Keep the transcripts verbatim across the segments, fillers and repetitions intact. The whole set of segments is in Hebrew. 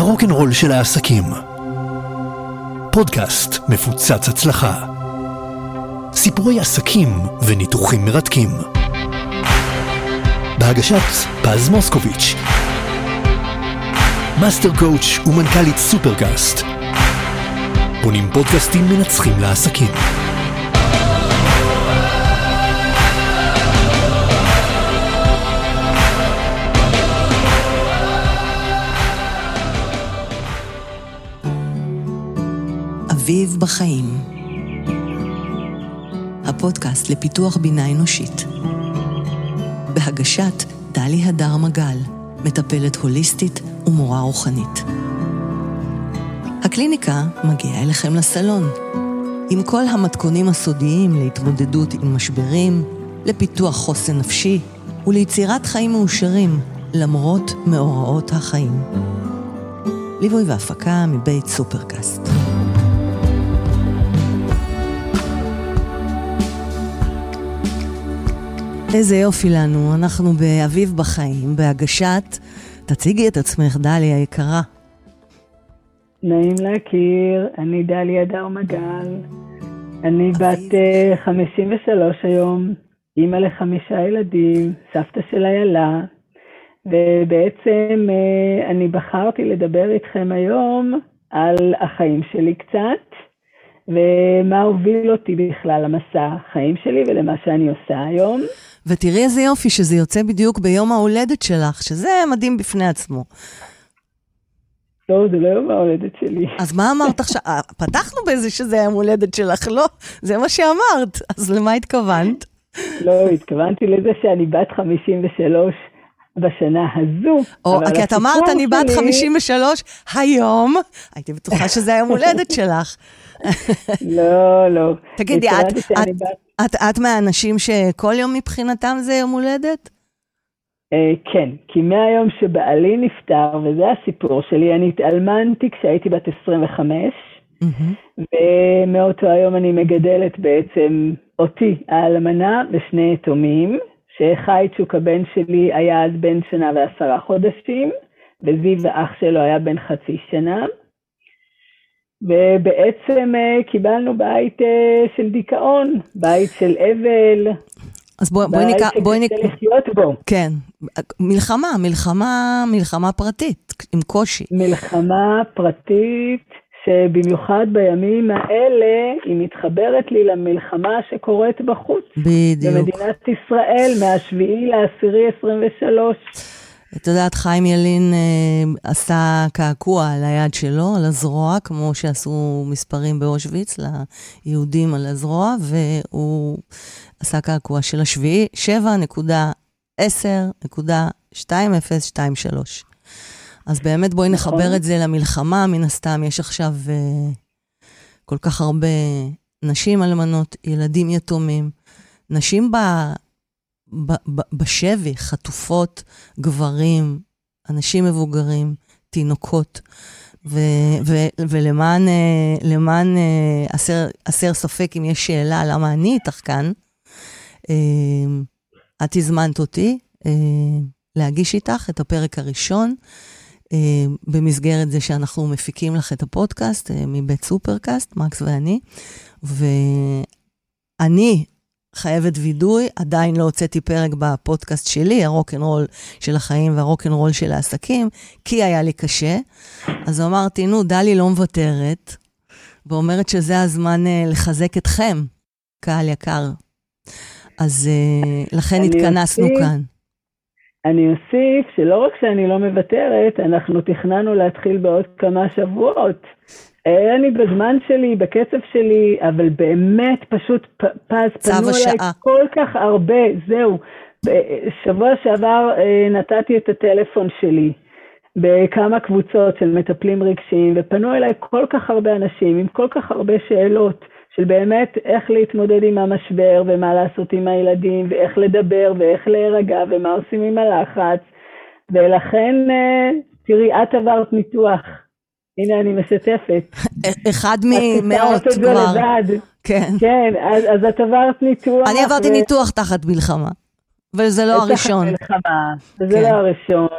הרוק'נ'רול של העסקים. פודקאסט מפוצץ הצלחה. סיפורי עסקים וניתוחים מרתקים. בהגשת פז מוסקוביץ', מאסטר קואוץ' ומנכ"לית סופרקאסט. בונים פודקאסטים מנצחים לעסקים. אביב בחיים, הפודקאסט לפיתוח בינה אנושית, בהגשת דלי הדר מגל, מטפלת הוליסטית ומורה רוחנית. הקליניקה מגיעה אליכם לסלון, עם כל המתכונים הסודיים להתמודדות עם משברים, לפיתוח חוסן נפשי וליצירת חיים מאושרים למרות מאורעות החיים. ליווי והפקה מבית סופרקאסט. איזה יופי לנו, אנחנו באביב בחיים, בהגשת, תציגי את עצמך דלי היקרה. נעים להכיר, אני דלי הדר מגל, אני בת חמישים ושלוש היום, אימא לחמישה ילדים, סבתא של איילה, ובעצם אני בחרתי לדבר איתכם היום על החיים שלי קצת, ומה הוביל אותי בכלל למסע החיים שלי ולמה שאני עושה היום. ותראי איזה יופי שזה יוצא בדיוק ביום ההולדת שלך, שזה מדהים בפני עצמו. לא, זה לא יום ההולדת שלי. אז מה אמרת עכשיו? פתחנו בזה שזה יום ההולדת שלך, לא? זה מה שאמרת. אז למה התכוונת? לא, התכוונתי לזה שאני בת חמישים ושלוש בשנה הזו. או, כי את אמרת, אני בת חמישים ושלוש היום, הייתי בטוחה שזה היום הולדת שלך. לא, לא. תגידי, את, את, את, את מהאנשים שכל יום מבחינתם זה יום הולדת? כן, כי מהיום שבעלי נפטר, וזה הסיפור שלי, אני התאלמנתי כשהייתי בת עשרים וחמש, ומאותו היום אני מגדלת בעצם אותי, האלמנה ושני יתומים, שחייצ'וק הבן שלי היה אז בן שנה ועשרה חודשים, וזיו האח שלו היה בן חצי שנה, ובעצם קיבלנו בית של דיכאון, בית של אבל, אז בואי בוא ניקח, בואי ניקח, לחיות בו. כן, מלחמה, מלחמה, מלחמה פרטית, עם קושי. מלחמה פרטית, שבמיוחד בימים האלה, היא מתחברת לי למלחמה שקורית בחוץ. בדיוק. במדינת ישראל, מהשביעי לעשירי עשרים ושלוש. את יודעת, חיים ילין אה, עשה קעקוע על היד שלו, על הזרוע, כמו שעשו מספרים באושוויץ, ליהודים על הזרוע, והוא עשה קעקוע של השביעי, שבע נקודה עשר נקודה שתיים אפס שתיים שלוש. אז באמת בואי נחבר נכון. את זה למלחמה, מן הסתם יש עכשיו אה, כל כך הרבה נשים אלמנות, ילדים יתומים, נשים ב... בשבי, חטופות, גברים, אנשים מבוגרים, תינוקות, ו- ו- ולמען למען אסר, אסר ספק אם יש שאלה למה אני איתך כאן, את הזמנת אותי להגיש איתך את הפרק הראשון, במסגרת זה שאנחנו מפיקים לך את הפודקאסט מבית סופרקאסט, מקס ואני, ואני חייבת וידוי, עדיין לא הוצאתי פרק בפודקאסט שלי, הרוק'נ'רול של החיים והרוק'נ'רול של העסקים, כי היה לי קשה. אז אמרתי, נו, דלי לא מוותרת, ואומרת שזה הזמן לחזק אתכם, קהל יקר. אז לכן התכנסנו אוסיף, כאן. אני אוסיף שלא רק שאני לא מוותרת, אנחנו תכננו להתחיל בעוד כמה שבועות. אני בזמן שלי, בקצב שלי, אבל באמת פשוט פז, פנו אליי כל כך הרבה, זהו. שבוע שעבר נתתי את הטלפון שלי בכמה קבוצות של מטפלים רגשיים, ופנו אליי כל כך הרבה אנשים עם כל כך הרבה שאלות, של באמת איך להתמודד עם המשבר, ומה לעשות עם הילדים, ואיך לדבר, ואיך להירגע, ומה עושים עם הלחץ. ולכן, תראי, את עברת ניתוח. הנה אני משתפת. אחד ממאות כבר. כן. כן, אז, אז את עברת ניתוח. אני עברתי ו... ניתוח תחת מלחמה, וזה לא הראשון. תחת מלחמה, וזה כן. לא הראשון.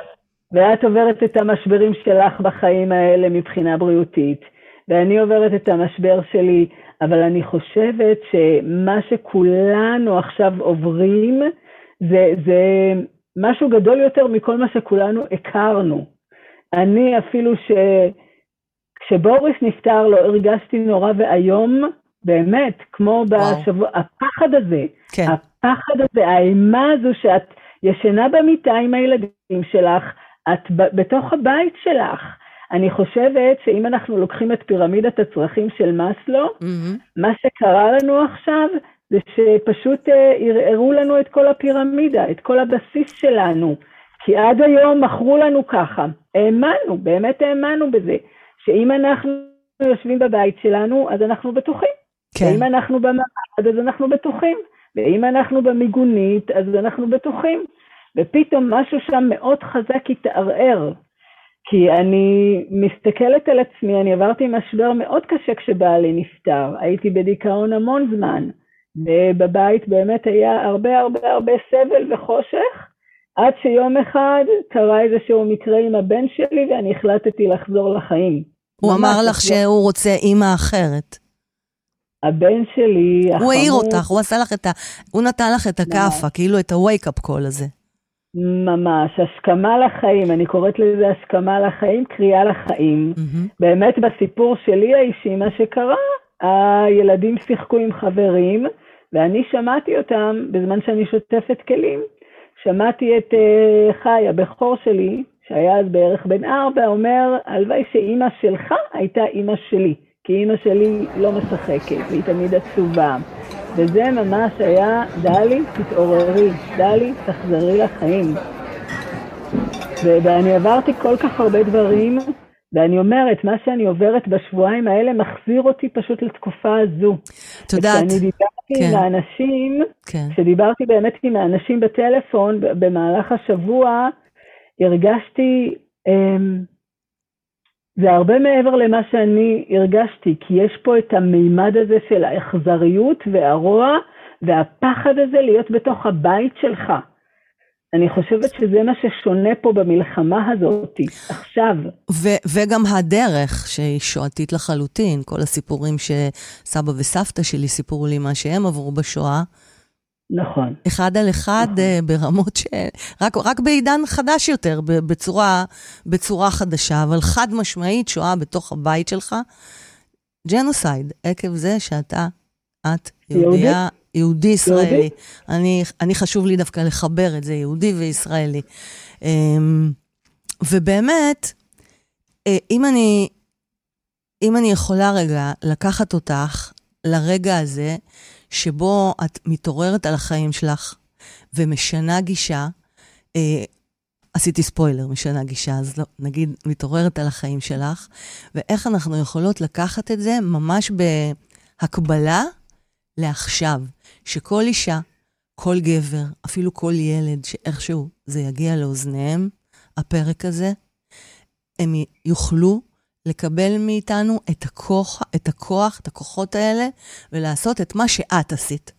ואת עוברת את המשברים שלך בחיים האלה מבחינה בריאותית, ואני עוברת את המשבר שלי, אבל אני חושבת שמה שכולנו עכשיו עוברים, זה, זה משהו גדול יותר מכל מה שכולנו הכרנו. אני אפילו ש... כשבוריס נפטר לו, הרגשתי נורא והיום, באמת, כמו בשבוע, הפחד הזה, כן. הפחד הזה, האימה הזו שאת ישנה במיטה עם הילדים שלך, את ב- בתוך הבית שלך. אני חושבת שאם אנחנו לוקחים את פירמידת הצרכים של מאסלו, mm-hmm. מה שקרה לנו עכשיו, זה שפשוט ערערו לנו את כל הפירמידה, את כל הבסיס שלנו. כי עד היום מכרו לנו ככה. האמנו, באמת האמנו בזה. שאם אנחנו יושבים בבית שלנו, אז אנחנו בטוחים. כן. ואם אנחנו במעמד, אז אנחנו בטוחים. ואם אנחנו במיגונית, אז אנחנו בטוחים. ופתאום משהו שם מאוד חזק התערער. כי אני מסתכלת על עצמי, אני עברתי משבר מאוד קשה כשבעלי נפטר. הייתי בדיכאון המון זמן. ובבית באמת היה הרבה הרבה הרבה סבל וחושך. עד שיום אחד קרה איזשהו מקרה עם הבן שלי, ואני החלטתי לחזור לחיים. הוא אמר לך שהוא רוצה אימא אחרת. הבן שלי... הוא העיר אותך, הוא עשה לך את ה... הוא נתן לך את הקאפה, כאילו את ה-wake-up call הזה. ממש, הסכמה לחיים, אני קוראת לזה הסכמה לחיים, קריאה לחיים. באמת בסיפור שלי האישי, מה שקרה, הילדים שיחקו עם חברים, ואני שמעתי אותם בזמן שאני שוטפת כלים. שמעתי את uh, חי, הבכור שלי, שהיה אז בערך בן ארבע, אומר, הלוואי שאימא שלך הייתה אימא שלי, כי אימא שלי לא משחקת, והיא תמיד עצובה. וזה ממש היה, דלי, תתעוררי, דלי, תחזרי לחיים. ואני עברתי כל כך הרבה דברים, ואני אומרת, מה שאני עוברת בשבועיים האלה מחזיר אותי פשוט לתקופה הזו. תודעת. כשאני דיברתי כן. עם האנשים, כן. כשדיברתי באמת עם האנשים בטלפון, במהלך השבוע, הרגשתי, זה הרבה מעבר למה שאני הרגשתי, כי יש פה את המימד הזה של האכזריות והרוע, והפחד הזה להיות בתוך הבית שלך. אני חושבת שזה מה ששונה פה במלחמה הזאת, עכשיו. ו- וגם הדרך שהיא שואתית לחלוטין, כל הסיפורים שסבא וסבתא שלי סיפרו לי מה שהם עברו בשואה. נכון. אחד על אחד נכון. ברמות ש... רק, רק בעידן חדש יותר, בצורה, בצורה חדשה, אבל חד משמעית שואה בתוך הבית שלך, ג'נוסייד, עקב זה שאתה, את יהודיה, יהודי ישראלי. אני, אני חשוב לי דווקא לחבר את זה, יהודי וישראלי. ובאמת, אם אני, אם אני יכולה רגע לקחת אותך לרגע הזה, שבו את מתעוררת על החיים שלך, ומשנה גישה, עשיתי ספוילר, משנה גישה, אז לא, נגיד, מתעוררת על החיים שלך, ואיך אנחנו יכולות לקחת את זה ממש בהקבלה לעכשיו, שכל אישה, כל גבר, אפילו כל ילד, שאיכשהו זה יגיע לאוזניהם, הפרק הזה, הם יוכלו לקבל מאיתנו את הכוח, את הכוח, את הכוחות האלה, ולעשות את מה שאת עשית.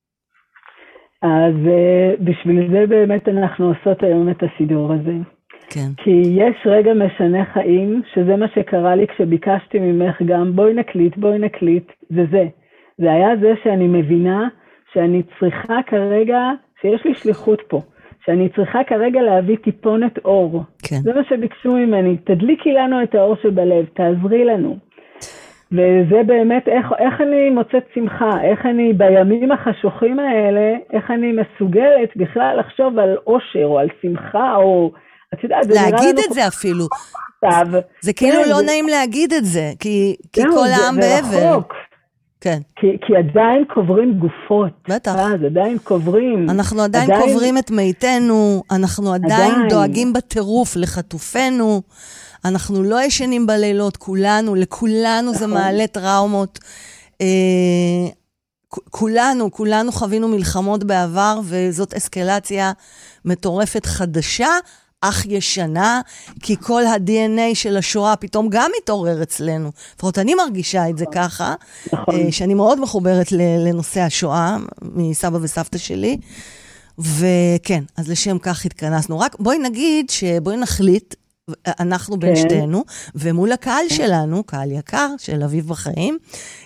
אז בשביל זה באמת אנחנו עושות היום את הסידור הזה. כן. כי יש רגע משנה חיים, שזה מה שקרה לי כשביקשתי ממך גם, בואי נקליט, בואי נקליט, זה זה. זה היה זה שאני מבינה שאני צריכה כרגע, שיש לי שליחות פה, שאני צריכה כרגע להביא טיפונת אור. כן. זה מה שביקשו ממני, תדליקי לנו את האור שבלב, תעזרי לנו. וזה באמת איך, איך אני מוצאת שמחה, איך אני בימים החשוכים האלה, איך אני מסוגלת בכלל לחשוב על אושר או על שמחה, או את יודעת, זה להגיד את זה אפילו. עכשיו, זה כאילו כן, לא זה... נעים להגיד את זה, כי, כי כן, כל זה, העם זה בעבר. רחוק. כן. כי, כי עדיין קוברים גופות. בטח. אז עדיין קוברים. אנחנו עדיין, עדיין קוברים את מיתנו, אנחנו עדיין, עדיין דואגים בטירוף לחטופינו, אנחנו לא ישנים בלילות, כולנו, לכולנו נכון. זה מעלה טראומות. אה, כולנו, כולנו חווינו מלחמות בעבר, וזאת אסקלציה מטורפת חדשה, אך ישנה, כי כל ה-די אן איי של השואה פתאום גם מתעורר אצלנו. לפחות אני מרגישה את זה ככה, שאני מאוד מחוברת לנושא השואה, מסבא וסבתא שלי, וכן, אז לשם כך התכנסנו. רק בואי נגיד שבואי נחליט, אנחנו בין שתינו, ומול הקהל שלנו, קהל יקר של אביב בחיים,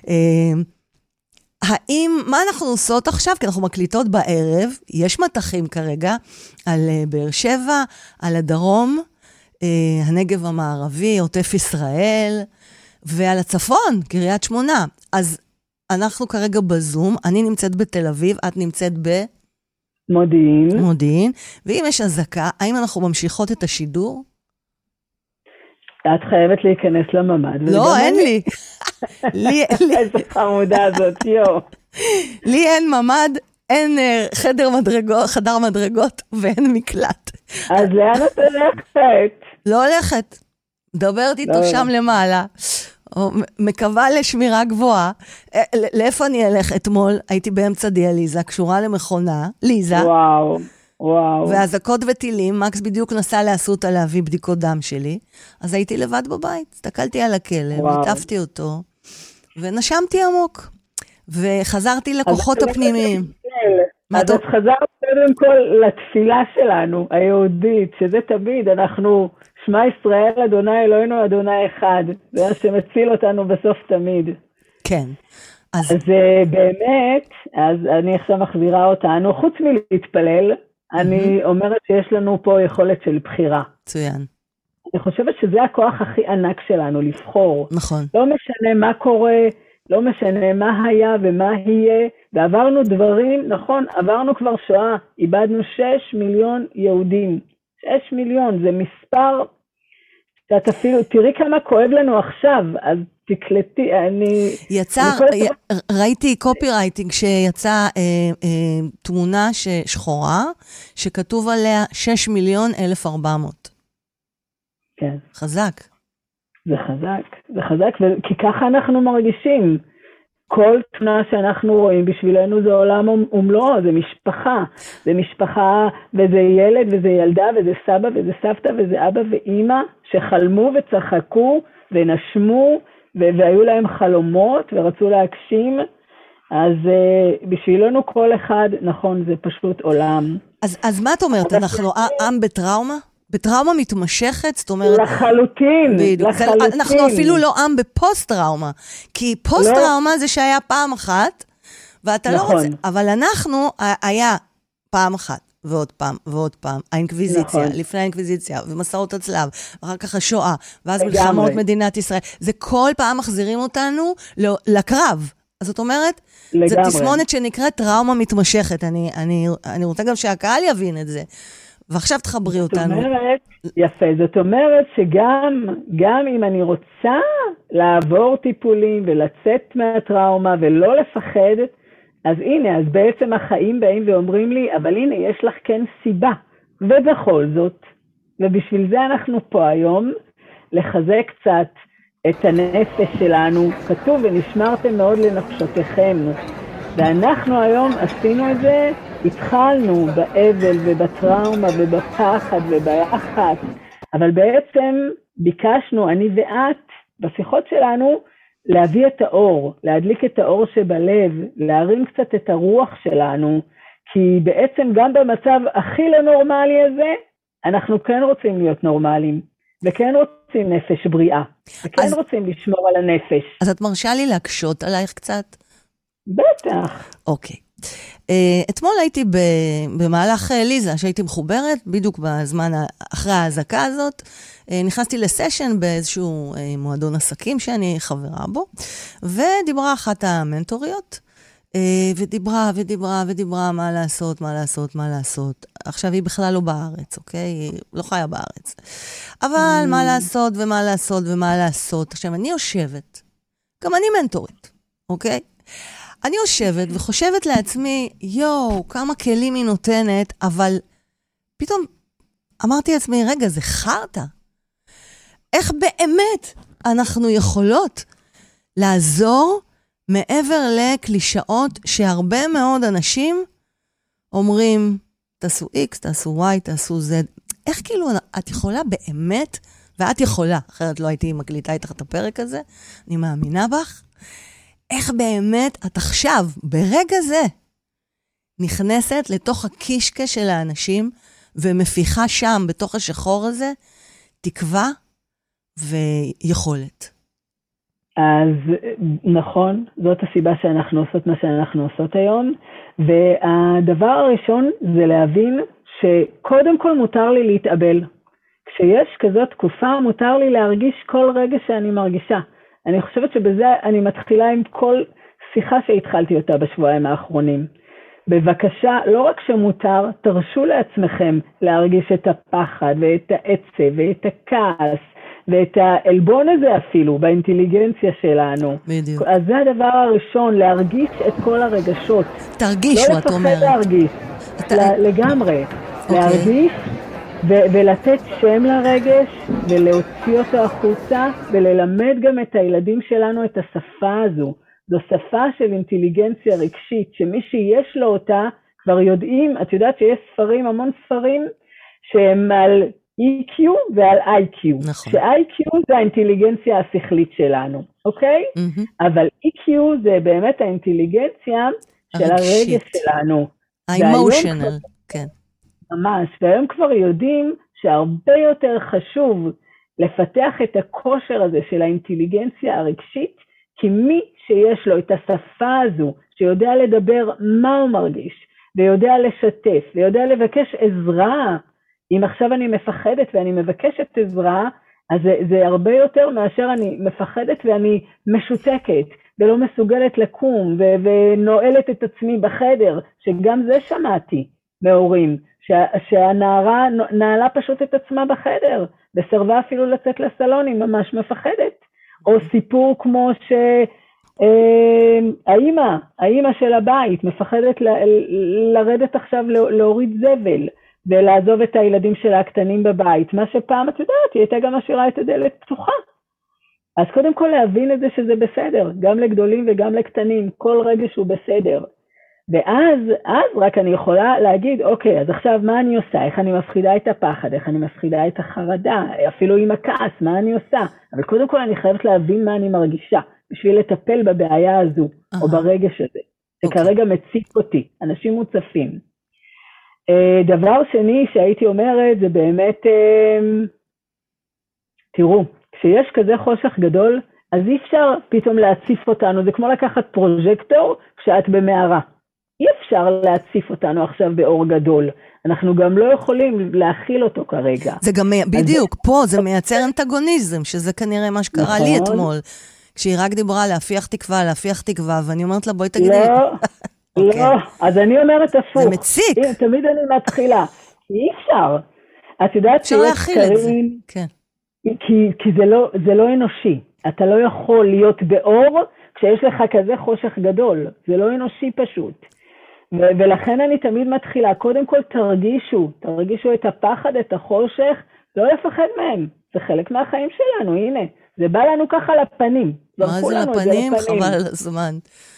האם, מה אנחנו עושות עכשיו? כי אנחנו מקליטות בערב, יש מתחים כרגע על באר שבע, על הדרום, הנגב המערבי, עוטף ישראל, ועל הצפון, קריית שמונה. אז אנחנו כרגע בזום, אני נמצאת בתל אביב, את נמצאת ב... מודיעין. מודיעין. ואם יש הזקה, האם אנחנו ממשיכות את השידור? את חייבת להיכנס לממד. לא, אין לי. איזה חמודה הזאת, יו. לי אין ממד, אין חדר מדרגות, חדר מדרגות ואין מקלט. אז לאן את הולכת? לא הולכת. מדברת איתו שם למעלה. מקווה לשמירה גבוהה. לאיפה אני אלך? אתמול הייתי באמצע דיאליזה, קשורה למכונה, ליזה. וואו, וואו. והזקות וטילים, מקס בדיוק נסע לאסותא להביא בדיקות דם שלי, אז הייתי לבד בבית, הסתכלתי על הכלב, ליטפתי אותו, ונשמתי עמוק, וחזרתי לכוחות הפנימיים. אז את חזרת קודם כל לתפילה שלנו, היהודית, שזה תמיד, אנחנו... שמע ישראל, אדוני אלוהינו, אדוני אחד. זה מה שמציל אותנו בסוף תמיד. כן. אז, אז באמת, אז אני עכשיו מחזירה אותנו, חוץ מלהתפלל, mm-hmm. אני אומרת שיש לנו פה יכולת של בחירה. מצוין. אני חושבת שזה הכוח הכי ענק שלנו, לבחור. נכון. לא משנה מה קורה, לא משנה מה היה ומה יהיה, ועברנו דברים, נכון, עברנו כבר שואה, איבדנו שש מיליון יהודים. שש מיליון, זה מספר, שאת אפילו, תראי כמה כואב לנו עכשיו, אז תקלטי, אני... יצא, אני י... ראיתי קופי רייטינג שיצא אה, אה, תמונה ש... שחורה, שכתוב עליה שש מיליון אלף ארבע מאות. כן. חזק. זה חזק, זה חזק, כי ככה אנחנו מרגישים. כל תמונה שאנחנו רואים בשבילנו זה עולם ומלואו, זה משפחה, זה משפחה וזה ילד וזה ילדה וזה סבא וזה סבתא וזה אבא ואימא שחלמו וצחקו ונשמו והיו להם חלומות ורצו להגשים, אז uh, בשבילנו כל אחד, נכון, זה פשוט עולם. אז, אז מה את אומרת, אנחנו עם בטראומה? בטראומה מתמשכת, זאת אומרת... לחלוטין, בדיוק. לחלוטין. אנחנו אפילו לא עם בפוסט-טראומה, כי פוסט-טראומה לא. זה שהיה פעם אחת, ואתה נכון. לא רוצה... אבל אנחנו, היה פעם אחת, ועוד פעם, ועוד פעם, האינקוויזיציה, נכון. לפני האינקוויזיציה, ומסעות הצלב, אחר כך השואה, ואז מלחמות מדינת ישראל. זה כל פעם מחזירים אותנו לקרב. אז זאת אומרת, זו תסמונת שנקראת טראומה מתמשכת. אני, אני, אני רוצה גם שהקהל יבין את זה. ועכשיו תחברי אותנו. זאת אומרת, יפה, זאת אומרת שגם גם אם אני רוצה לעבור טיפולים ולצאת מהטראומה ולא לפחד, אז הנה, אז בעצם החיים באים ואומרים לי, אבל הנה, יש לך כן סיבה. ובכל זאת, ובשביל זה אנחנו פה היום, לחזק קצת את הנפש שלנו. כתוב, ונשמרתם מאוד לנפשותיכם. ואנחנו היום עשינו את זה, התחלנו באבל ובטראומה ובפחד וביחד, אבל בעצם ביקשנו, אני ואת, בשיחות שלנו, להביא את האור, להדליק את האור שבלב, להרים קצת את הרוח שלנו, כי בעצם גם במצב הכי לא נורמלי הזה, אנחנו כן רוצים להיות נורמליים, וכן רוצים נפש בריאה, וכן אז, רוצים לשמור על הנפש. אז את מרשה לי להקשות עלייך קצת? בטח. אוקיי. אתמול הייתי במהלך ליזה, שהייתי מחוברת, בדיוק בזמן אחרי ההזקה הזאת, נכנסתי לסשן באיזשהו מועדון עסקים שאני חברה בו, ודיברה אחת המנטוריות, ודיברה ודיברה ודיברה מה לעשות, מה לעשות, מה לעשות. עכשיו היא בכלל לא בארץ, אוקיי? היא לא חיה בארץ. אבל מה לעשות ומה לעשות ומה לעשות. עכשיו אני יושבת, גם אני מנטורית, אוקיי? אני יושבת וחושבת לעצמי, יואו, כמה כלים היא נותנת, אבל פתאום אמרתי לעצמי, רגע, זה חרטה. איך באמת אנחנו יכולות לעזור מעבר לקלישאות שהרבה מאוד אנשים אומרים, תעשו X, תעשו Y, תעשו Z. איך כאילו את יכולה באמת, ואת יכולה, אחרת לא הייתי מקליטה איתך את הפרק הזה, אני מאמינה בך, איך באמת את עכשיו, ברגע זה, נכנסת לתוך הקישקע של האנשים, ומפיחה שם, בתוך השחור הזה, תקווה ויכולת. אז נכון, זאת הסיבה שאנחנו עושות מה שאנחנו עושות היום, והדבר הראשון זה להבין שקודם כל מותר לי להתאבל. כשיש כזאת תקופה, מותר לי להרגיש כל רגע שאני מרגישה. אני חושבת שבזה אני מתחילה עם כל שיחה שהתחלתי אותה בשבועיים האחרונים. בבקשה, לא רק שמותר, תרשו לעצמכם להרגיש את הפחד ואת העצב ואת הכעס, ואת האלבון הזה אפילו, באינטליגנציה שלנו. בדיוק. אז זה הדבר הראשון, להרגיש את כל הרגשות. תרגישו, לא את אומרת. לא לפחד להרגיש, אתה... לגמרי. Okay. להרגיש ו- ולתת שם לרגש, ולהוציא אותו החוצה, וללמד גם את הילדים שלנו את השפה הזו. זו שפה של אינטליגנציה רגשית, שמי שיש לו אותה, כבר יודעים, את יודעת שיש ספרים, המון ספרים, שהם על אי קיו ועל איי קיו. נכון. ש-איי קיו זה האינטליגנציה השכלית שלנו, אוקיי? Mm-hmm. אבל איי קיו זה באמת האינטליגנציה של הרגש שלנו. האמושיונל, כן. ממש, והיום כבר יודעים שהרבה יותר חשוב לפתח את הכושר הזה של האינטליגנציה הרגשית, כי מי שיש לו את השפה הזו, שיודע לדבר מה הוא מרגיש, ויודע לשתף, ויודע לבקש עזרה, אם עכשיו אני מפחדת ואני מבקשת עזרה, אז זה, זה הרבה יותר מאשר אני מפחדת ואני משותקת, ולא מסוגלת לקום, ו- ונועלת את עצמי בחדר, שגם זה שמעתי מהורים, שה- שהנערה נעלה פשוט את עצמה בחדר, וסרבה אפילו לצאת לסלון, היא ממש מפחדת. או סיפור כמו שהאימא, האימא של הבית, מפחדת ל- לרדת עכשיו להוריד זבל, ולעזוב את הילדים שלה הקטנים בבית, מה שפעם, את יודעת, היא הייתה גם משאירה את הדלת פתוחה. אז קודם כל להבין את זה שזה בסדר, גם לגדולים וגם לקטנים, כל רגע שהוא בסדר. ואז, אז רק אני יכולה להגיד, אוקיי, אז עכשיו מה אני עושה? איך אני מפחידה את הפחד? איך אני מפחידה את החרדה? אפילו עם הכעס, מה אני עושה? אבל קודם כל אני חייבת להבין מה אני מרגישה, בשביל לטפל בבעיה הזו, uh-huh. או ברגש הזה, שכרגע okay. מציק אותי, אנשים מוצפים. דבר שני שהייתי אומרת, זה באמת, תראו, כשיש כזה חושך גדול, אז אי אפשר פתאום להציף אותנו, זה כמו לקחת פרוז'קטור כשאת במערה. אי אפשר להציף אותנו עכשיו באור גדול. אנחנו גם לא יכולים להכיל אותו כרגע. זה גם, בדיוק, אז... פה זה מייצר אנטגוניזם, שזה כנראה מה שקרה נכון. לי אתמול. כשהיא רק דיברה להפיח תקווה, להפיח תקווה, ואני אומרת לה, בואי תגידי. לא, okay. לא, אז אני אומרת הפוך. זה מציק. הנה, תמיד אני מתחילה. אי אפשר. את יודעת שיש קרים, כן. כי, כי זה לא, זה לא אנושי. אתה לא יכול להיות באור כשיש לך כזה חושך גדול. זה לא אנושי פשוט. ו- ולכן אני תמיד מתחילה, קודם כל תרגישו, תרגישו את הפחד, את החושך, לא לפחד מהם, זה חלק מהחיים שלנו, הנה, זה בא לנו ככה לפנים. מה זה לפנים? חבל על הזמן.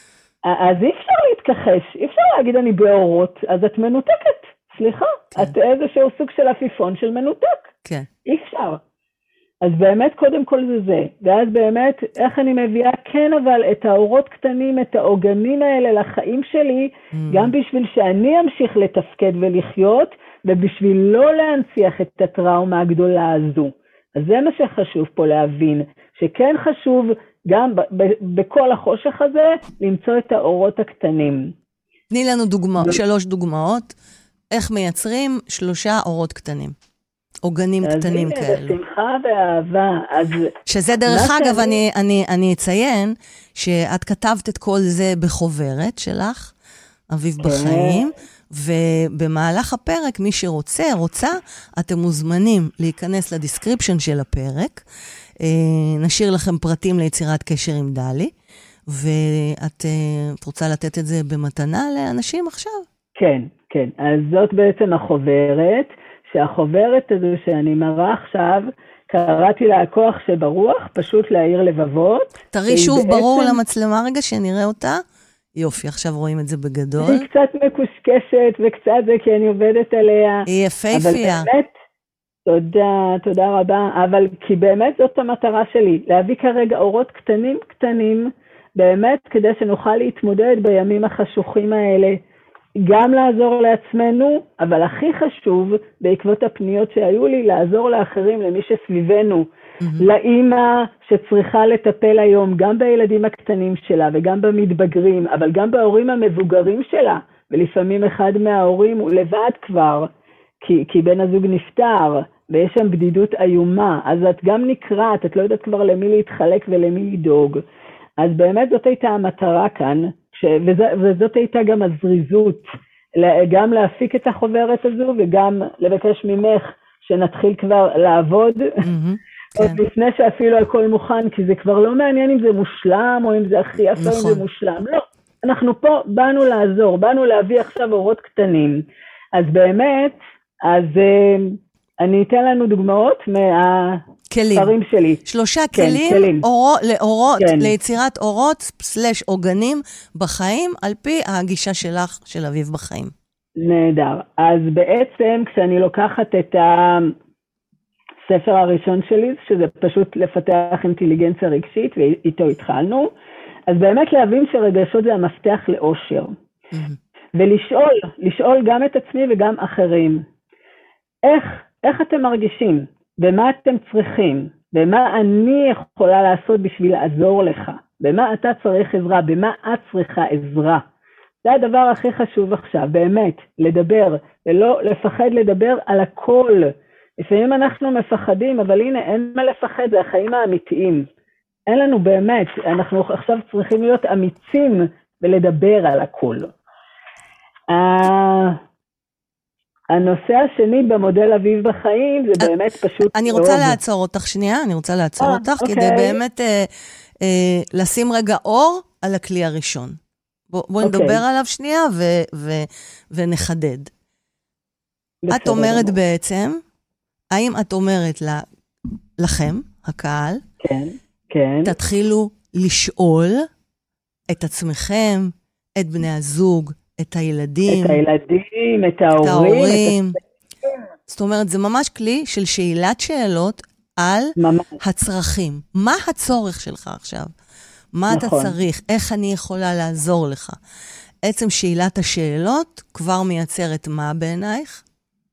אז אי אפשר להתכחש, אי אפשר להגיד אני באורות, אז את מנותקת, סליחה, כן. את איזשהו סוג של עפיפון של מנותק, כן. אי אפשר. אז באמת קודם כל זה זה, ואז באמת איך אני מביאה כן אבל את האורות קטנים, את העוגנים האלה לחיים שלי, mm. גם בשביל שאני אמשיך לתפקד ולחיות, ובשביל לא להנציח את הטראומה הגדולה הזו. אז זה מה שחשוב פה להבין, שכן חשוב גם ב- ב- בכל החושך הזה, למצוא את האורות הקטנים. תני לנו דוגמה, ו... שלוש דוגמאות, איך מייצרים שלושה אורות קטנים. עוגנים קטנים הנה, כאלו. בשמחה ואהבה. אז שזה דרך אגב, שאני... אני, אני, אני אציין שאת כתבת את כל זה בחוברת שלך, אביב כן. בחיים, ובמהלך הפרק, מי שרוצה, רוצה, אתם מוזמנים להיכנס לדיסקריפשן של הפרק, נשאיר לכם פרטים ליצירת קשר עם דלי, ואת רוצה לתת את זה במתנה לאנשים עכשיו? כן, כן. אז זאת בעצם החוברת, שהחוברת הזו שאני מראה עכשיו, קראתי לה הכוח שברוח, פשוט להאיר לבבות. תראי שוב בעצם... ברור למצלמה רגע שנראה אותה. יופי, עכשיו רואים את זה בגדול. היא קצת מקושקשת וקצת זה כי אני עובדת עליה. היא יפהפייה. אבל באמת, תודה, תודה רבה. אבל כי באמת זאת המטרה שלי, להביא כרגע אורות קטנים קטנים, באמת כדי שנוכל להתמודד בימים החשוכים האלה, גם לעזור לעצמנו, אבל הכי חשוב, בעקבות הפניות שהיו לי, לעזור לאחרים, למי שסביבנו, mm-hmm. לאמא שצריכה לטפל היום, גם בילדים הקטנים שלה, וגם במתבגרים, אבל גם בהורים המבוגרים שלה, ולפעמים אחד מההורים הוא לבד כבר, כי, כי בן הזוג נפטר, ויש שם בדידות איומה, אז את גם נקראת, את לא יודעת כבר למי להתחלק ולמי לדאוג. אז באמת זאת הייתה המטרה כאן, ש... וזאת, וזאת הייתה גם הזריזות, גם להפיק את החוברת הזו, וגם לבקש ממך שנתחיל כבר לעבוד, mm-hmm, עוד כן. לפני שאפילו הכל מוכן, כי זה כבר לא מעניין אם זה מושלם, או אם זה הכי יפה, נכון. אם זה מושלם. לא, אנחנו פה באנו לעזור, באנו להביא עכשיו אורות קטנים. אז באמת, אז אני אתן לנו דוגמאות מהספרים שלי. שלושה כן, כלים, כלים. אורו, לאורות, כן. ליצירת אורות סלש עוגנים בחיים, על פי הגישה שלך של אביב בחיים. נהדר. אז בעצם כשאני לוקחת את הספר הראשון שלי, שזה פשוט לפתח אינטליגנציה רגשית, ואיתו התחלנו, אז באמת להבין שרגשות זה המפתח לאושר. Mm-hmm. ולשאול, לשאול גם את עצמי וגם אחרים. איך, איך אתם מרגישים? ומה אתם צריכים? ומה אני יכולה לעשות בשביל לעזור לך? במה אתה צריך עזרה? במה את צריכה עזרה? זה הדבר הכי חשוב עכשיו, באמת, לדבר, ולא לפחד לדבר על הכל. לפעמים אנחנו מפחדים, אבל הנה, אין מה לפחד, זה החיים האמיתיים. אין לנו באמת, אנחנו עכשיו צריכים להיות אמיצים ולדבר על הכל. הנושא השני במודל אביב בחיים, זה באמת פשוט... אני רוצה לעצור אותך שנייה, אני רוצה לעצור אותך, כדי באמת לשים רגע אור על הכלי הראשון. בואי נדבר עליו שנייה ונחדד. את אומרת בעצם, האם את אומרת לכם, הקהל, כן, כן. תתחילו לשאול את עצמכם, את בני הזוג, את הילדים. את הילדים, את ההורים. את ההורים. את זאת אומרת, זה ממש כלי של שאלת שאלות על ממש. הצרכים. מה הצורך שלך עכשיו? מה נכון. אתה צריך? איך אני יכולה לעזור לך? עצם שאלת השאלות כבר מייצרת מה בעינייך?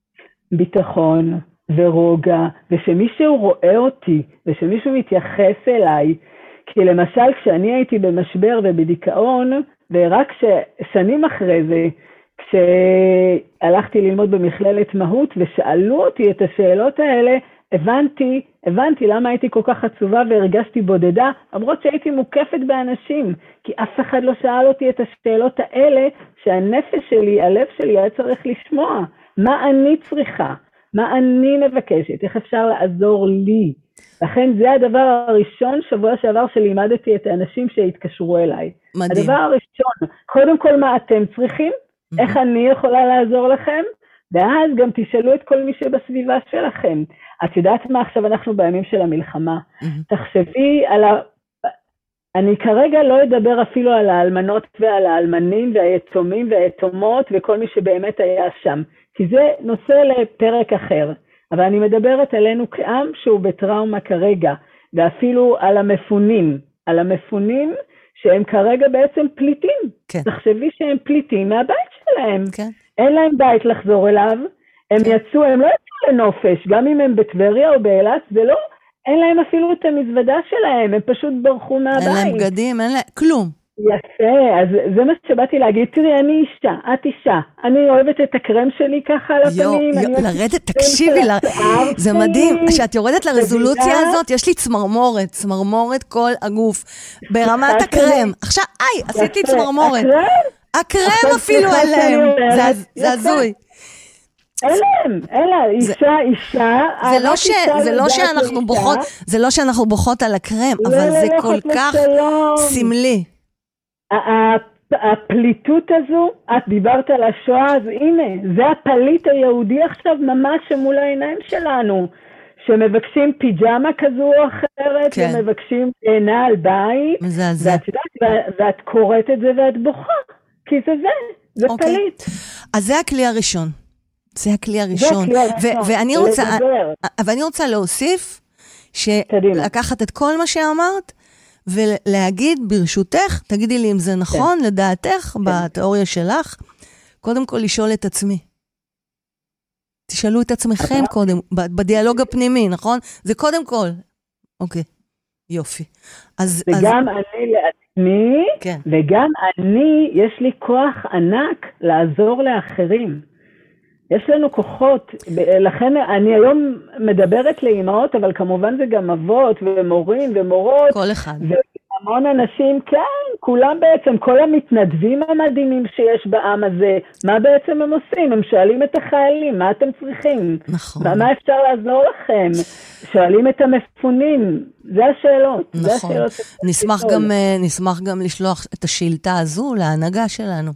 ביטחון ורוגע, ושמישהו רואה אותי, ושמישהו מתייחס אליי, כי למשל כשאני הייתי במשבר ובדיכאון, ורק שנים אחרי זה, כשהלכתי ללמוד במכללת מהות, ושאלו אותי את השאלות האלה, הבנתי, הבנתי למה הייתי כל כך עצובה והרגשתי בודדה, למרות שהייתי מוקפת באנשים, כי אף אחד לא שאל אותי את השאלות האלה, שהנפש שלי, הלב שלי היה צריך לשמוע. מה אני צריכה? מה אני מבקשת? איך אפשר לעזור לי? לכן זה הדבר הראשון שבוע שעבר שלימדתי את האנשים שהתקשרו אליי. מדהים. הדבר הראשון, קודם כל מה אתם צריכים, mm-hmm. איך אני יכולה לעזור לכם, ואז גם תשאלו את כל מי שבסביבה שלכם. את יודעת מה, עכשיו אנחנו בימים של המלחמה. Mm-hmm. תחשבי על ה... אני כרגע לא אדבר אפילו על האלמנות ועל האלמנים והיתומים והיתומות וכל מי שבאמת היה שם, כי זה נושא לפרק אחר. אבל אני מדברת עלינו כעם שהוא בטראומה כרגע, ואפילו על המפונים, על המפונים שהם כרגע בעצם פליטים. כן. תחשבי שהם פליטים מהבית שלהם. כן. אין להם בית לחזור אליו, הם כן. יצאו, הם לא יצאו לנופש, גם אם הם בטבריה או באילת, זה לא, אין להם אפילו את המזוודה שלהם, הם פשוט ברחו מהבית. אין להם בגדים, אין להם, כלום. יפה, אז זה מה שבאתי להגיד, תראי, אני אישה, את אישה, אני אוהבת את הקרם שלי ככה על הפנים. יו, יו, לרדת, תקשיבי, זה מדהים, כשאת יורדת לרזולוציה הזאת, יש לי צמרמורת, צמרמורת כל הגוף, ברמת הקרם, עכשיו, איי, עשיתי צמרמורת, הקרם אפילו עליהם, זה הזוי. אלה, אלה, אישה, אישה. זה לא שאנחנו בוכות, זה לא שאנחנו בוכות על הקרם, אבל זה כל כך סמלי. הפליטות הזו, את דיברת על השואה, אז הנה, זה הפליט היהודי עכשיו ממש מול העיניים שלנו, שמבקשים פיג'מה כזו או אחרת, כן. ומבקשים נעל בית, מזעזע. ואת יודעת, ואת קוראת את זה ואת בוכה, כי זה זה, זה אוקיי. פליט. אז זה הכלי הראשון. זה הכלי הראשון. זה הכלי הראשון. ו- ואני רוצה, אבל אני רוצה להוסיף, שלקחת את כל מה שאמרת, ולהגיד ברשותך, תגידי לי אם זה נכון, כן. לדעתך, כן. בתיאוריה שלך, קודם כל לשאול את עצמי. תשאלו את עצמכם קודם, בדיאלוג הפנימי, נכון? זה קודם כל. אוקיי, יופי. אז, וגם אז... אני לעצמי, כן. וגם אני, יש לי כוח ענק לעזור לאחרים. יש לנו כוחות, לכן אני היום מדברת לאמהות, אבל כמובן זה גם אבות ומורים ומורות. כל אחד. והמון אנשים, כן, כולם בעצם, כל המתנדבים המדהימים שיש בעם הזה, מה בעצם הם עושים? הם שואלים את החיילים, מה אתם צריכים? נכון. מה אפשר לעזור לכם? שואלים את המפונים, זה השאלות. נכון. זה השאלות נשמח גם, נשמח גם לשלוח את השאילתה הזו להנהגה שלנו.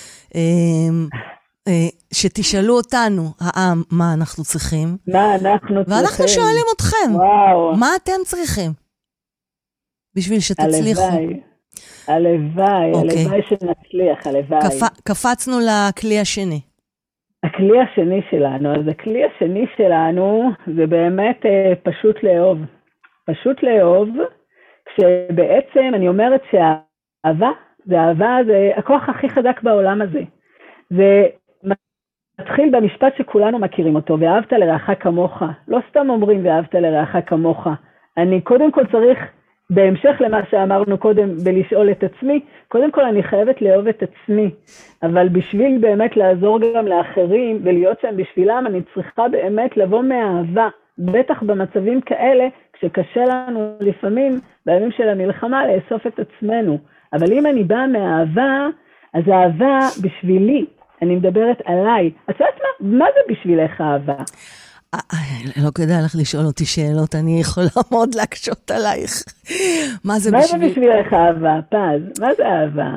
שתשאלו אותנו, העם, מה אנחנו צריכים. מה אנחנו צריכים. ואנחנו שואלים אתכם, וואו. מה אתם צריכים? בשביל שתצליחו. הלוואי, הלוואי, אוקיי. הלוואי שנצליח, הלוואי. קפ... קפצנו לכלי השני. הכלי השני שלנו, אז הכלי השני שלנו זה באמת אה, פשוט לאהוב. פשוט לאהוב, כשבעצם אני אומרת שהאהבה, זה אהבה, זה הכוח הכי חזק בעולם הזה. זה מתחיל במשפט שכולנו מכירים אותו, ואהבת לרעך כמוך. לא סתם אומרים ואהבת לרעך כמוך. אני קודם כל צריך, בהמשך למה שאמרנו קודם, בלשאול את עצמי, קודם כל אני חייבת לאהוב את עצמי, אבל בשביל באמת לעזור גם לאחרים ולהיות שם בשבילם, אני צריכה באמת לבוא מהאהבה, בטח במצבים כאלה, כשקשה לנו לפעמים, בימים של המלחמה, לאסוף את עצמנו. אבל אם אני באה מהאהבה, אז האהבה בשבילי, אני מדברת עליי. את יודעת מה? מה זה בשבילך אהבה? לא כדאי לך לשאול אותי שאלות, אני יכולה מאוד להקשות עלייך. מה זה בשביל... מה זה בשבילך אהבה, פז? מה זה אהבה?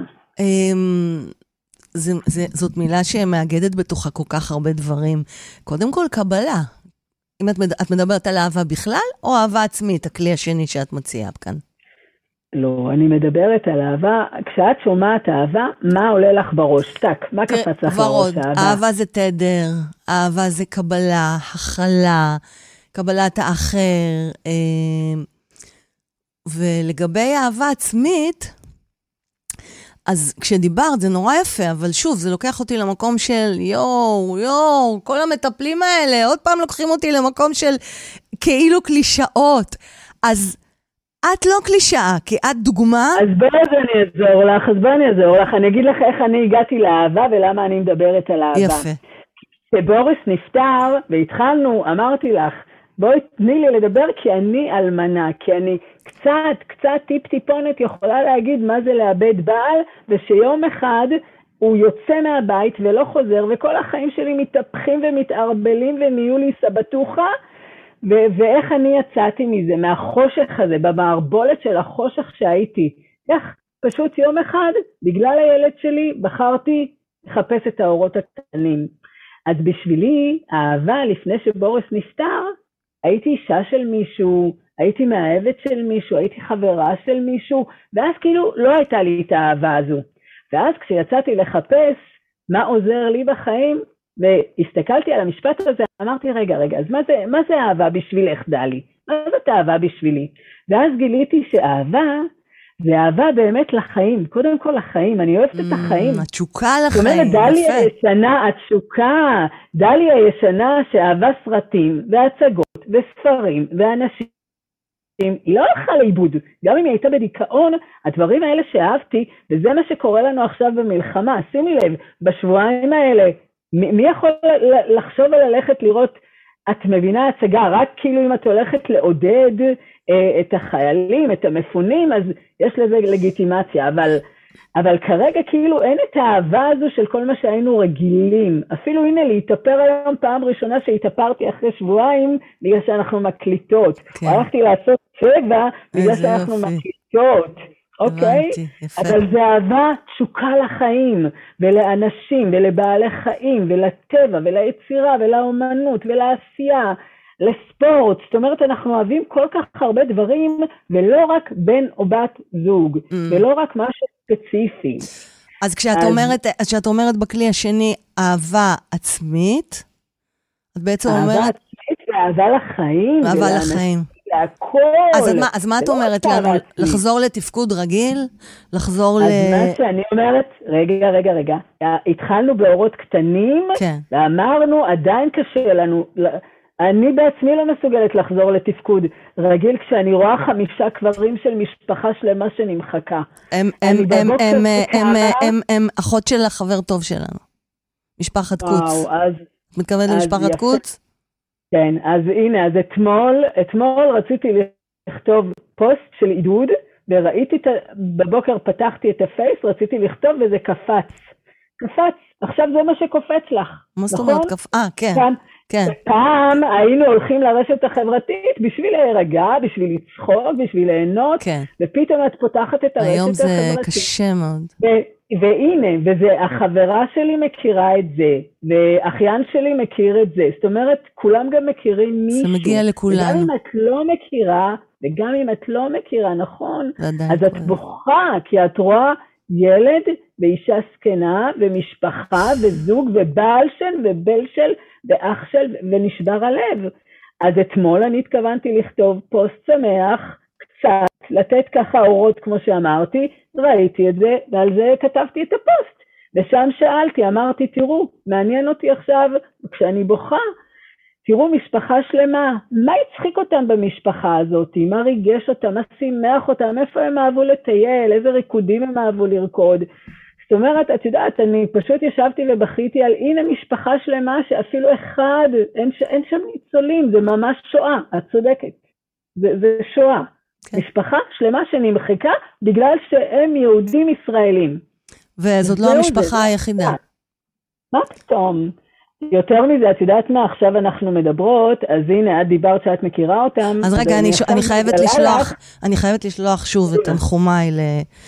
זאת מילה שמאגדת בתוכה כל כך הרבה דברים. קודם כל, קבלה. אם את מדברת על אהבה בכלל, או אהבה עצמית, הכלי השני שאת מציעה כאן? לא, אני מדברת על אהבה, כשאת שומעת אהבה, מה עולה לך בראש? טק, מה קפץ לך בראש אהבה? אהבה זה תדר, אהבה זה קבלה, הכלה, קבלת האחר, ולגבי אהבה עצמית, אז כשדיברת זה נורא יפה, אבל שוב, זה לוקח אותי למקום של יואו, יואו, כל המטפלים האלה, עוד פעם לוקחים אותי למקום של כאילו קלישאות, אז... את לא קלישאה, כי את דוגמה... אז בואי אני אעזור לך, אז בואי אני אעזור לך. אני אגיד לך איך אני הגעתי לאהבה ולמה אני מדברת על אהבה. יפה. כשבוריס נפטר והתחלנו, אמרתי לך, בואי תני לי לדבר כי אני אלמנה, כי אני קצת, קצת טיפ טיפונת יכולה להגיד מה זה לאבד בעל, ושיום אחד הוא יוצא מהבית ולא חוזר, וכל החיים שלי מתהפכים ומתערבלים ונהיו לי סבתוחה, ו- ואיך אני יצאתי מזה, מהחושך הזה, במערבולת של החושך שהייתי. איך פשוט יום אחד, בגלל הילד שלי, בחרתי לחפש את האורות הקטנים. אז בשבילי, האהבה לפני שבוריס נפטר, הייתי אישה של מישהו, הייתי מאהבת של מישהו, הייתי חברה של מישהו, ואז כאילו לא הייתה לי את האהבה הזו. ואז כשיצאתי לחפש מה עוזר לי בחיים, והסתכלתי על המשפט הזה, אמרתי, רגע, רגע, אז מה זה, מה זה אהבה בשבילך, דלי? מה זאת אהבה בשבילי? ואז גיליתי שאהבה, זה אהבה באמת לחיים, קודם כל לחיים, אני אוהבת את החיים. התשוקה לחיים, יפה. דלי הישנה, התשוקה, דלי הישנה שאהבה סרטים, והצגות, וספרים, ואנשים, היא לא הלכה לאיבוד, גם אם היא הייתה בדיכאון, הדברים האלה שאהבתי, וזה מה שקורה לנו עכשיו במלחמה, שימי לב, בשבועיים האלה, מי יכול לחשוב על ללכת לראות, את מבינה הצגה, רק כאילו אם את הולכת לעודד אה, את החיילים, את המפונים, אז יש לזה לגיטימציה, אבל, אבל כרגע כאילו אין את האהבה הזו של כל מה שהיינו רגילים, אפילו הנה להתאפר היום פעם ראשונה שהתאפרתי אחרי שבועיים, בגלל שאנחנו מקליטות, כן. הלכתי לעשות צבע, בגלל שאנחנו יופי. מקליטות, אוקיי? אבל זה אהבה תשוקה לחיים, ולאנשים, ולבעלי חיים, ולטבע, וליצירה, ולאומנות, ולעשייה, לספורט. זאת אומרת, אנחנו אוהבים כל כך הרבה דברים, ולא רק בן או בת זוג, mm. ולא רק משהו ספציפי. אז כשאת, אז... אומרת, כשאת אומרת בכלי השני, אהבה עצמית, את בעצם אהבה אומרת... אהבה עצמית ואהבה לחיים. אהבה לחיים. להכל. אז מה, אז מה את אומרת לנו? לחזור לתפקוד רגיל? לחזור ל... אז מה שאני אומרת, רגע, רגע, רגע, התחלנו באורות קטנים, כן. ואמרנו, עדיין קשה לנו, אני בעצמי לא מסוגלת לחזור לתפקוד רגיל, כשאני רואה חמישה קברים של משפחה שלמה שנמחקה. הם, הם, הם, הם, הם, הם, הם אחות של החבר טוב שלנו. משפחת קוץ. אז... את מתכוונת למשפחת קוץ? כן, אז הנה, אז אתמול, אתמול רציתי לכתוב פוסט של עידוד, וראיתי, בבוקר פתחתי את הפייס, רציתי לכתוב וזה קפץ. קפץ, עכשיו זה מה שקופץ לך. מה זאת אומרת קפץ? אה, כן. כאן, כן. פעם היינו הולכים לרשת החברתית בשביל להירגע, בשביל לצחוק, בשביל ליהנות, כן. ופתאום את פותחת את הרשת החברתית. היום זה קשה מאוד. ו- והנה, וזה, החברה שלי מכירה את זה, ואחיין שלי מכיר את זה, זאת אומרת, כולם גם מכירים מישהו. זה מגיע לכולנו. וגם אם את לא מכירה, וגם אם את לא מכירה, נכון, אז את בוכה, כי את רואה ילד ואישה זקנה, ומשפחה, וזוג, ובעל של, ובל של, ואח של, ונשבר הלב. אז אתמול אני התכוונתי לכתוב פוסט שמח, קצת, לתת ככה אורות כמו שאמרתי, ראיתי את זה, ועל זה כתבתי את הפוסט. ושם שאלתי, אמרתי, תראו, מעניין אותי עכשיו, כשאני בוכה, תראו משפחה שלמה, מה הצחיק אותם במשפחה הזאת? מה ריגש אותם? מה שימח אותם? איפה הם אהבו לטייל? איזה ריקודים הם אהבו לרקוד? זאת אומרת, את יודעת, אני פשוט ישבתי ובכיתי על הנה משפחה שלמה שאפילו אחד, אין, אין שם ניצולים, זה ממש שואה, את צודקת. זה, זה שואה. כן. משפחה שלמה שנמחקה בגלל שהם יהודים ישראלים. וזאת לא המשפחה היחידה. מה פתאום? יותר מזה, את יודעת מה, עכשיו אנחנו מדברות, אז הנה, את דיברת שאת מכירה אותם. אז רגע, אני, ש... אני חייבת לשלוח, אני חייבת לשלוח שוב את תנחומיי ל...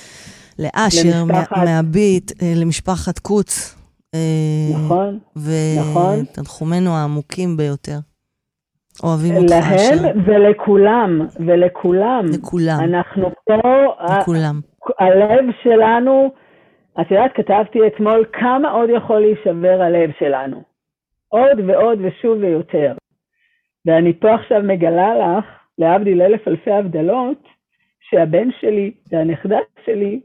לאשר, מהביט, למשפחת קוץ. נכון, נכון. ותנחומנו העמוקים ביותר. אוהבים אותך אשר. להם ולכולם, ולכולם. לכולם. אנחנו פה, לכולם. הלב שלנו, את יודעת, כתבתי אתמול כמה עוד יכול להישבר הלב שלנו. עוד ועוד ושוב ויותר. ואני פה עכשיו מגלה לך, להבדיל אלף אלפי הבדלות, שהבן שלי והנכדה שלי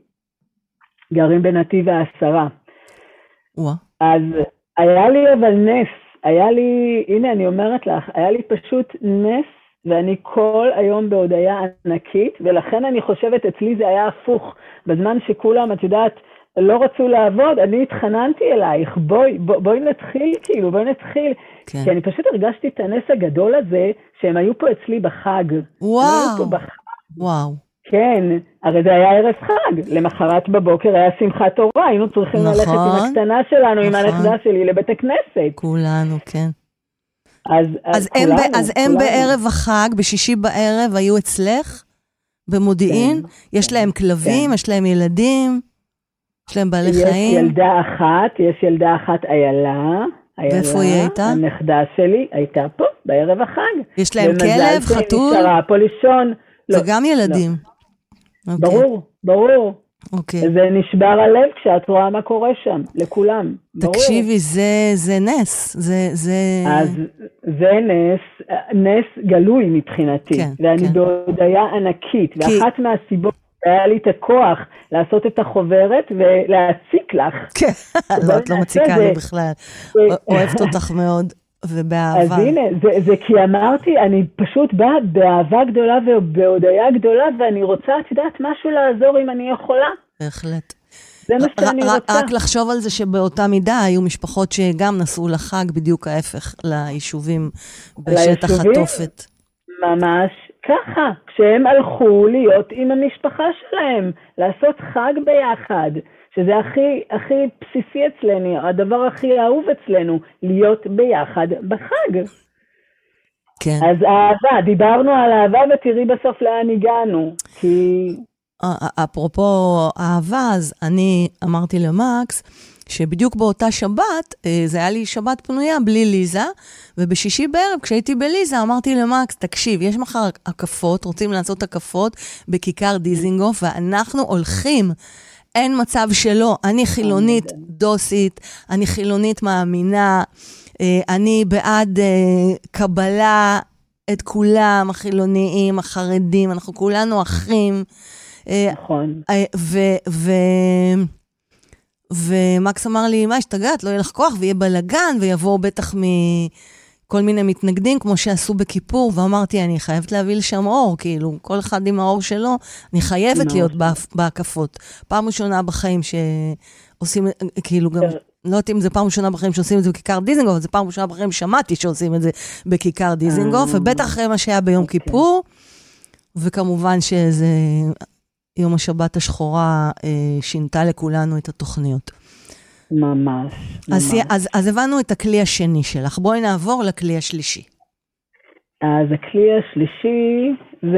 גרים בנתיב העשרה. וואה. אז היה לי אבל נס, היה לי, הנה אני אומרת לך, היה לי פשוט נס, ואני כל היום בהודעה ענקית, ולכן אני חושבת, אצלי זה היה הפוך, בזמן שכולם, את יודעת, לא רצו לעבוד, אני התחננתי אלייך, בואי, בוא, בואי נתחיל, כאילו, בואי נתחיל. כן. כי אני פשוט הרגשתי את הנס הגדול הזה, שהם היו פה אצלי בחג. וואו, בחג. וואו. כן, הרי זה היה ערב חג, למחרת בבוקר היה שמחת תורה, היינו צריכים נכון, ללכת עם הקטנה שלנו, נכון. עם הנכדה שלי לבית הכנסת. כולנו, כן. אז, אז, אז כולנו, הם, ב, אז כולנו. הם בערב החג, בשישי בערב, היו אצלך, במודיעין, כן, יש כן, להם כלבים, כן. יש להם ילדים, יש להם בעלי יש חיים. יש ילדה אחת, יש ילדה אחת איילה, ואיפה היא הייתה? הנכדה שלי הייתה פה, בערב החג. יש להם כלב, חתול? נשארה פה לישון. וגם לא, ילדים. לא. Okay. ברור, ברור. Okay. זה נשבר הלב כשאת רואה מה קורה שם, לכולם. תקשיבי, ברור. זה, זה נס. זה, זה... אז זה נס, נס גלוי מבחינתי. כן, ואני כן. בהודעה ענקית. כי... ואחת מהסיבות היה לי את הכוח לעשות את החוברת ולהציק לך. כן, לא, את לא מציקה לי בכלל. אוהבת אותך מאוד. ובאהבה. אז הנה, זה, זה כי אמרתי, אני פשוט באה באהבה גדולה ובהודעה גדולה, ואני רוצה, את יודעת, משהו לעזור אם אני יכולה. בהחלט. זה מה שאני רק, רוצה. רק לחשוב על זה שבאותה מידה היו משפחות שגם נסעו לחג בדיוק ההפך ליישובים בשטח התופת. ממש ככה, כשהם הלכו להיות עם המשפחה שלהם, לעשות חג ביחד. שזה הכי, הכי בסיסי אצלנו, הדבר הכי אהוב אצלנו, להיות ביחד בחג. כן. אז אהבה, דיברנו על אהבה ותראי בסוף לאן הגענו, כי... אפרופו אהבה, אז אני אמרתי למקס, שבדיוק באותה שבת, זה היה לי שבת פנויה בלי ליזה, ובשישי בערב, כשהייתי בליזה, אמרתי למקס, תקשיב, יש מחר הקפות, רוצים לעשות הקפות בכיכר דיזינגוף, ואנחנו הולכים... אין מצב שלא, אני חילונית דוסית, אני חילונית מאמינה, אני בעד קבלה את כולם, החילוניים, החרדים, אנחנו כולנו אחים. נכון. ומקס אמר לי, מה, השתגעת, לא יהיה לך כוח, ויהיה בלגן, ויבואו בטח מכל מיני מתנגדים, כמו שעשו בכיפור, ואמרתי, אני חייבת להביא לשם אור, כאילו, כל אחד עם האור שלו, אני חייבת להיות בהקפות. פעם ראשונה בחיים שעושים, כאילו גם, לא יודעת אם זה פעם ראשונה בחיים שעושים את זה בכיכר דיזנגוף, אבל זה פעם ראשונה בחיים שמעתי שעושים את זה בכיכר דיזנגוף, ובטח אחרי מה שהיה ביום כיפור, וכמובן שזה יום השבת השחורה שינתה לכולנו את התוכניות. ממש. אז, אז, אז הבנו את הכלי השני שלך. בואי נעבור לכלי השלישי. אז הכלי השלישי,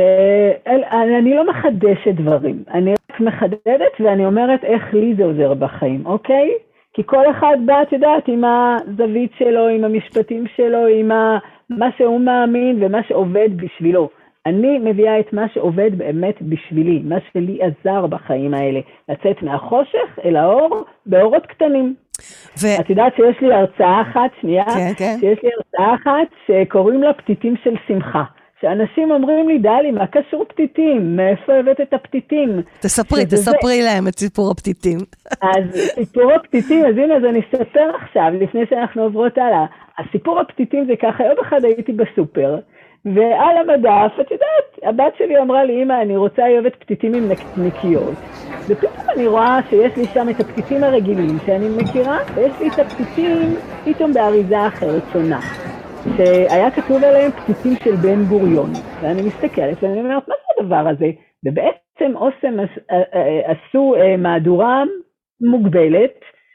ואני לא מחדשת דברים. אני רק מחדדת ואני אומרת איך לי זה עוזר בחיים, אוקיי? כי כל אחד בא, את יודעת, עם הזווית שלו, עם המשפטים שלו, עם מה שהוא מאמין ומה שעובד בשבילו. אני מביאה את מה שעובד באמת בשבילי, מה שלי עזר בחיים האלה, לצאת מהחושך אל האור באורות קטנים. ו... את יודעת שיש לי הרצאה אחת, שנייה, כן, כן. שיש לי הרצאה אחת שקוראים לה פתיתים של שמחה. שאנשים אומרים לי, דלי, מה קשור פתיתים? מאיפה הבאת את הפתיתים? תספרי, תספרי להם את סיפור הפתיתים. אז סיפור הפתיתים, אז הנה, אז אני אספר עכשיו, לפני שאנחנו עוברות הלאה. הסיפור הפתיתים זה ככה, יום אחד הייתי בסופר, ועל המדף, את יודעת, הבת שלי אמרה לי, אמא, אני רוצה אוהבת פתיתים עם נקניקיות. ופתאום אני רואה שיש לי שם את הפתיתים הרגילים שאני מכירה, ויש לי את הפתיתים פתאום באריזה אחרת שונה. שהיה כתוב עליהם פתיתים של בן גוריון. ואני מסתכלת ואני אומרת, מה זה הדבר הזה? ובעצם אוסם עשו מהדורה מוגבלת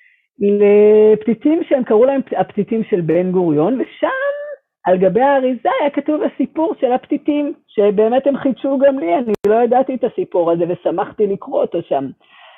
לפתיתים שהם קראו להם הפתיתים של בן גוריון, ושם על גבי האריזה היה כתוב הסיפור של הפתיתים, שבאמת הם חידשו גם לי, אני לא ידעתי את הסיפור הזה ושמחתי לקרוא אותו שם.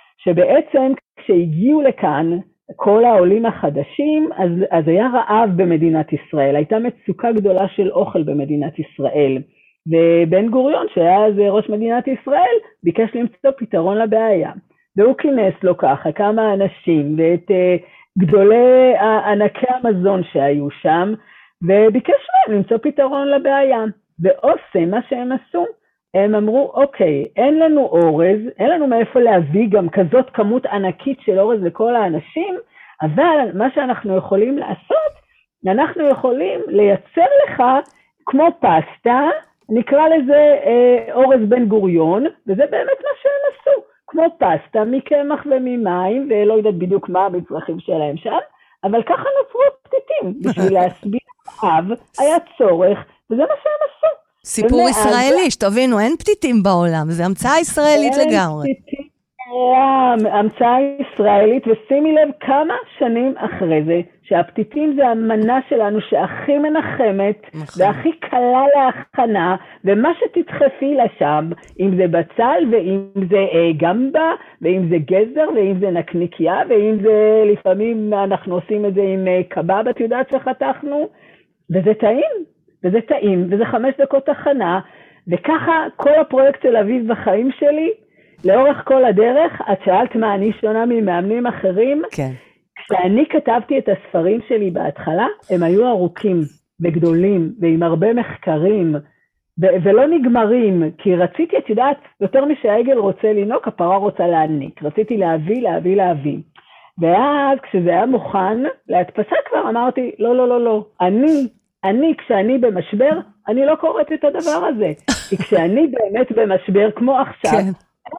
שבעצם כשהגיעו לכאן, כל העולים החדשים, אז, אז היה רעב במדינת ישראל, הייתה מצוקה גדולה של אוכל במדינת ישראל, ובן גוריון שהיה אז ראש מדינת ישראל, ביקש למצוא פתרון לבעיה, והוא כינס לו ככה כמה אנשים, ואת uh, גדולי ענקי המזון שהיו שם, וביקש להם למצוא פתרון לבעיה, ואוסם מה שהם עשו, הם אמרו, אוקיי, אין לנו אורז, אין לנו מאיפה להביא גם כזאת כמות ענקית של אורז לכל האנשים, אבל מה שאנחנו יכולים לעשות, אנחנו יכולים לייצר לך כמו פסטה, נקרא לזה אה, אורז בן גוריון, וזה באמת מה שהם עשו, כמו פסטה מקמח וממים, ולא יודעת בדיוק מה המצרכים שלהם שם, אבל ככה נוצרו פתיתים, בשביל להסביר אב, היה צורך, וזה מה שהם עשו. סיפור ישראלי, שתבינו, אין פתיתים בעולם, זה המצאה ישראלית לגמרי. אין פתיתים בעולם, המצאה ישראלית, ושימי לב כמה שנים אחרי זה, שהפתיתים זה המנה שלנו שהכי מנחמת, והכי קלה להכנה, ומה שתדחפי לשם, אם זה בצל, ואם זה גמבה, ואם זה גזר, ואם זה נקניקיה, ואם זה לפעמים אנחנו עושים את זה עם קבב, את יודעת שחתכנו, וזה טעים. וזה טעים, וזה חמש דקות הכנה, וככה כל הפרויקט של אביב בחיים שלי, לאורך כל הדרך, את שאלת מה אני שונה ממאמנים אחרים, כן. כשאני כתבתי את הספרים שלי בהתחלה, הם היו ארוכים וגדולים, ועם הרבה מחקרים, ו- ולא נגמרים, כי רציתי, את יודעת, יותר משהעגל רוצה לנוק, הפרה רוצה להניק, רציתי להביא, להביא, להביא. ואז כשזה היה מוכן, להדפסה כבר אמרתי, לא, לא, לא, לא, אני... אני, כשאני במשבר, אני לא קוראת את הדבר הזה. כי כשאני באמת במשבר, כמו עכשיו, כן.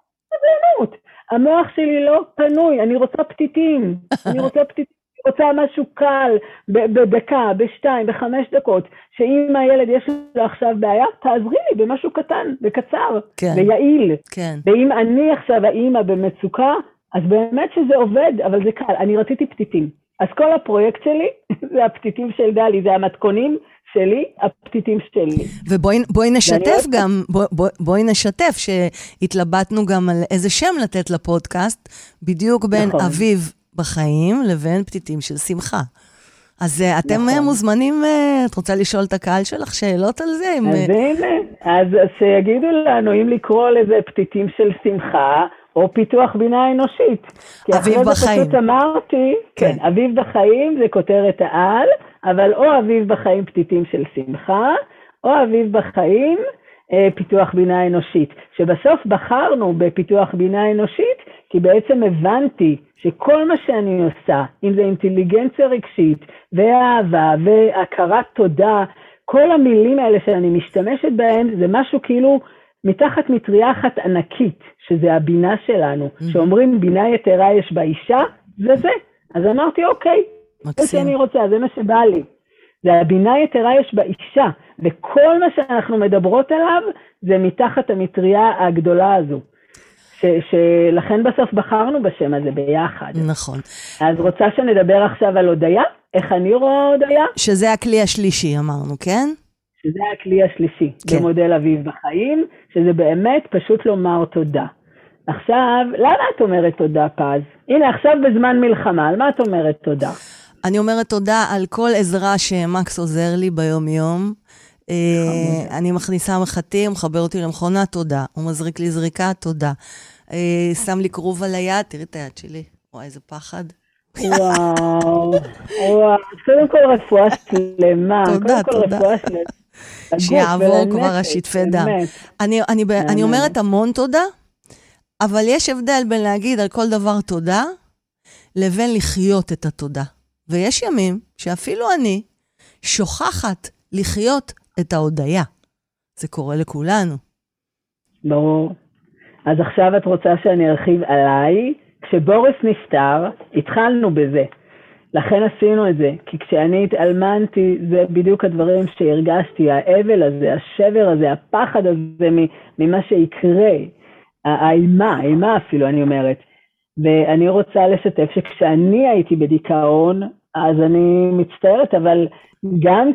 אני המוח שלי לא פנוי, אני רוצה פתיתים, אני רוצה פתיתים, אני רוצה משהו קל, בדקה, בשתיים, בחמש דקות, שאם הילד יש לו עכשיו בעיה, תעזרי לי במשהו קטן, וקצר, כן. ויעיל. כן. ואם אני עכשיו האמא במצוקה, אז באמת שזה עובד, אבל זה קל, אני רציתי פתיתים. אז כל הפרויקט שלי, זה הפתיתים של דלי, זה המתכונים שלי, הפתיתים שלי. ובואי נשתף גם, בוא, בוא, בואי נשתף שהתלבטנו גם על איזה שם לתת לפודקאסט, בדיוק בין נכון. אביב בחיים לבין פתיתים של שמחה. אז אתם נכון. מוזמנים, את רוצה לשאול את הקהל שלך שאלות על זה? אז עם... הנה, אז שיגידו לנו אם לקרוא לזה פתיתים של שמחה, או פיתוח בינה אנושית. אביב בחיים. פשוט אמרתי, כן. כן, אביב בחיים זה כותרת העל, אבל או אביב בחיים פתיתים של שמחה, או אביב בחיים, פיתוח בינה אנושית. שבסוף בחרנו בפיתוח בינה אנושית, כי בעצם הבנתי שכל מה שאני עושה, אם זה אינטליגנציה רגשית, ואהבה, והכרת תודה, כל המילים האלה שאני משתמשת בהן, זה משהו כאילו מתחת מטריה אחת ענקית, שזה הבינה שלנו. Mm-hmm. שאומרים בינה יתרה יש באישה, זה זה. אז אמרתי, אוקיי, מקסים. זה שאני רוצה, זה מה שבא לי. זה הבינה יתרה יש באישה, וכל מה שאנחנו מדברות עליו, זה מתחת המטריה הגדולה הזו. ש, שלכן בסוף בחרנו בשם הזה ביחד. נכון. אז רוצה שנדבר עכשיו על הודיה? איך אני רואה הודיה? שזה הכלי השלישי, אמרנו, כן? שזה הכלי השלישי, כן. במודל אביב בחיים, שזה באמת פשוט לומר תודה. עכשיו, למה את אומרת תודה, פז? הנה, עכשיו בזמן מלחמה, על מה את אומרת תודה? אני אומרת תודה על כל עזרה שמקס עוזר לי ביום יום. אני מכניסה מחטים, מחבר אותי למכונה, תודה. הוא מזריק לי זריקה, תודה. שם לי קרוב על היד, תראי את היד שלי. וואי, איזה פחד. וואו, וואו. קודם כל רפואה שלמה. תודה, תודה. שיעבור כבר השטפי דם. אני אומרת המון תודה, אבל יש הבדל בין להגיד על כל דבר תודה, לבין לחיות את התודה. ויש ימים שאפילו אני שוכחת לחיות את ההודיה. זה קורה לכולנו. ברור. אז עכשיו את רוצה שאני ארחיב עליי. כשבוריס נפטר, התחלנו בזה. לכן עשינו את זה. כי כשאני התאלמנתי, זה בדיוק הדברים שהרגשתי, האבל הזה, השבר הזה, הפחד הזה ממה שיקרה. האימה, האימה אפילו, אני אומרת. ואני רוצה לשתף שכשאני הייתי בדיכאון, אז אני מצטערת, אבל גם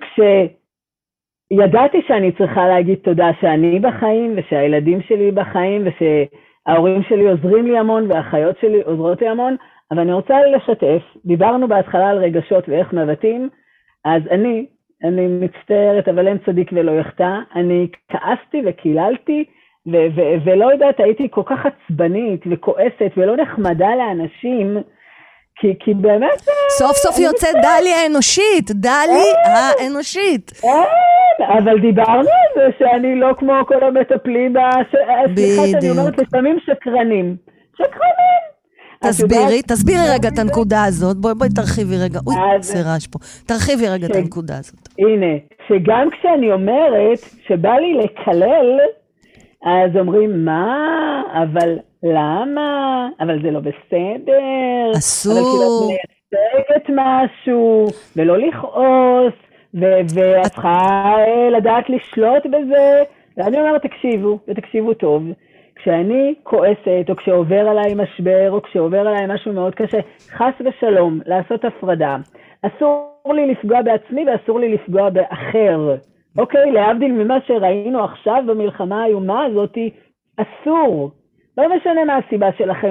כשידעתי שאני צריכה להגיד תודה שאני בחיים, ושהילדים שלי בחיים, ושההורים שלי עוזרים לי המון, והאחיות שלי עוזרות לי המון, אבל אני רוצה לשתף, דיברנו בהתחלה על רגשות ואיך מבטאים, אז אני, אני מצטערת, אבל אין צדיק ולא יחטא, אני כעסתי וקיללתי, ו- ו- ולא יודעת, הייתי כל כך עצבנית וכועסת ולא נחמדה לאנשים, כי, כי באמת... סוף סוף יוצא דלי האנושית, דלי האנושית. אין, אבל דיברנו על זה שאני לא כמו כל המטפלים, סליחה שאני אומרת לפעמים שקרנים. שקרנים. תסבירי, תסבירי רגע את הנקודה הזאת, בואי בואי תרחיבי רגע, אוי, סירש פה, תרחיבי רגע את הנקודה הזאת. הנה, שגם כשאני אומרת שבא לי לקלל, אז אומרים, מה? אבל למה? אבל זה לא בסדר. אסור. אבל כאילו לייצג את משהו, ולא לכעוס, ואת צריכה לדעת לשלוט בזה. ואני אומרת, תקשיבו, ותקשיבו טוב. כשאני כועסת, או כשעובר עליי משבר, או כשעובר עליי משהו מאוד קשה, חס ושלום, לעשות הפרדה. אסור לי לפגוע בעצמי, ואסור לי לפגוע באחר. אוקיי, להבדיל ממה שראינו עכשיו במלחמה האיומה הזאת, אסור. לא משנה מה הסיבה שלכם.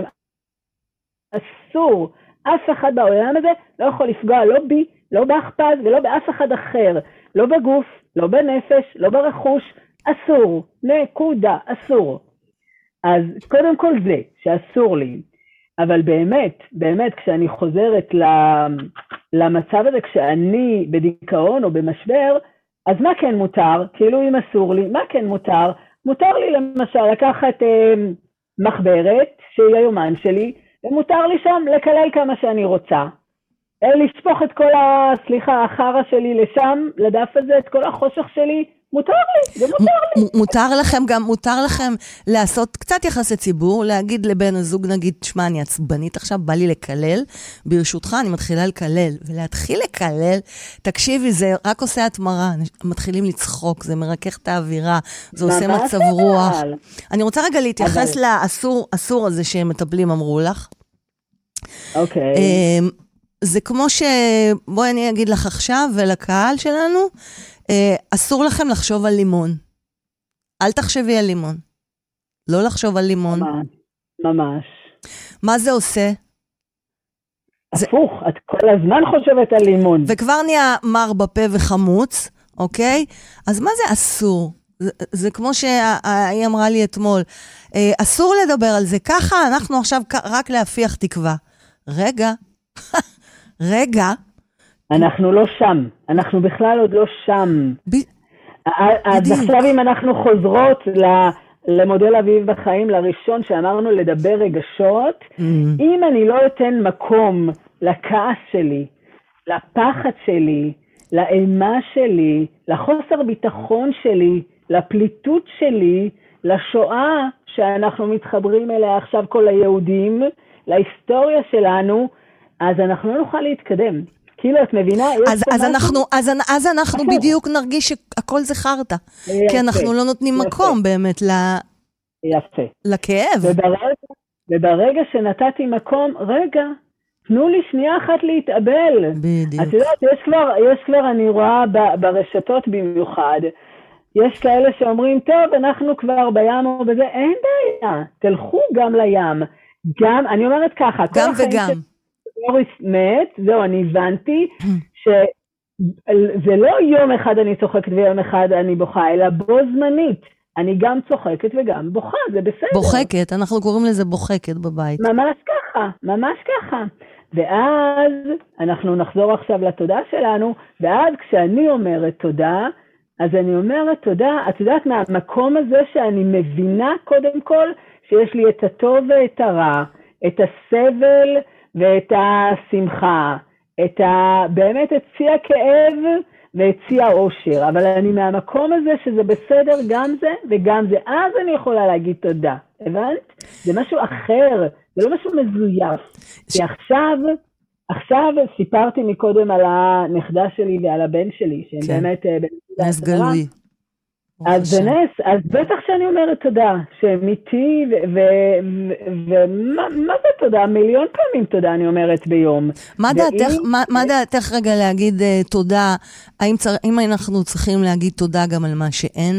אסור. אף אחד בעולם הזה לא יכול לפגוע לא בי, לא באחפז ולא באף אחד אחר. לא בגוף, לא בנפש, לא ברכוש. אסור. נקודה. אסור. אז קודם כל זה, שאסור לי. אבל באמת, באמת, כשאני חוזרת למצב הזה, כשאני בדיכאון או במשבר, אז מה כן מותר? כאילו אם אסור לי, מה כן מותר? מותר לי למשל לקחת אה, מחברת, שהיא היומן שלי, ומותר לי שם לקלל כמה שאני רוצה. אה, לשפוך את כל ה... סליחה, החרה שלי לשם, לדף הזה, את כל החושך שלי, מותר לי, זה מותר לי. מותר לכם גם, מותר לכם לעשות קצת יחסי ציבור, להגיד לבן הזוג, נגיד, שמע, אני עצבנית עכשיו, בא לי לקלל, ברשותך אני מתחילה לקלל, ולהתחיל לקלל, תקשיבי, זה רק עושה התמרה, מתחילים לצחוק, זה מרכך את האווירה, זה עושה מצב רוח. אני רוצה רגע להתייחס לאסור, אסור הזה שהם מטפלים, אמרו לך. אוקיי. זה כמו ש... בואי אני אגיד לך עכשיו, ולקהל שלנו, אסור לכם לחשוב על לימון. אל תחשבי על לימון. לא לחשוב על לימון. ממש. ממש. מה זה עושה? הפוך, זה... את כל הזמן חושבת על לימון. וכבר נהיה מר בפה וחמוץ, אוקיי? אז מה זה אסור? זה, זה כמו שהיא אמרה לי אתמול. אסור לדבר על זה. ככה אנחנו עכשיו רק להפיח תקווה. רגע. רגע. אנחנו לא שם. אנחנו בכלל עוד לא שם. ב... אז עכשיו אם אנחנו חוזרות למודל אביב בחיים, לראשון שאמרנו לדבר רגשות, אם אני לא אתן מקום לכעס שלי, לפחד שלי, לאימה שלי, לחוסר ביטחון שלי, לפליטות שלי, לשואה שאנחנו מתחברים אליה עכשיו כל היהודים, להיסטוריה שלנו, אז אנחנו לא נוכל להתקדם. כאילו, את מבינה? אז, אז אנחנו, אז, אז אנחנו בדיוק נרגיש שהכל זה חרטה. כי אנחנו לא נותנים יפה. מקום באמת ל... יפה. לכאב. וברגע, וברגע שנתתי מקום, רגע, תנו לי שנייה אחת להתאבל. בדיוק. את יודעת, יש כבר, יש כבר, אני רואה ברשתות במיוחד, יש כאלה שאומרים, טוב, אנחנו כבר בים או בזה, אין בעיה, תלכו גם לים. גם, אני אומרת ככה, גם וגם. בוריס מת, זהו, אני הבנתי שזה לא יום אחד אני צוחקת ויום אחד אני בוכה, אלא בו זמנית. אני גם צוחקת וגם בוכה, זה בסדר. בוחקת, אנחנו קוראים לזה בוחקת בבית. ממש ככה, ממש ככה. ואז אנחנו נחזור עכשיו לתודה שלנו, ואז כשאני אומרת תודה, אז אני אומרת תודה, את יודעת מהמקום הזה שאני מבינה קודם כל, שיש לי את הטוב ואת הרע, את הסבל ואת השמחה, את ה... באמת את צי הכאב ואת צי האושר, אבל אני מהמקום הזה שזה בסדר גם זה וגם זה, אז אני יכולה להגיד תודה, הבנת? זה משהו אחר, זה לא משהו מזויף, ש... כי עכשיו, עכשיו סיפרתי מקודם על הנכדה שלי ועל הבן שלי, שהם כן. באמת... נס גלוי. אז זה נס, אז בטח שאני אומרת תודה, שהם איתי, ומה זה תודה? מיליון פעמים תודה אני אומרת ביום. מה דעתך רגע להגיד תודה, האם אנחנו צריכים להגיד תודה גם על מה שאין?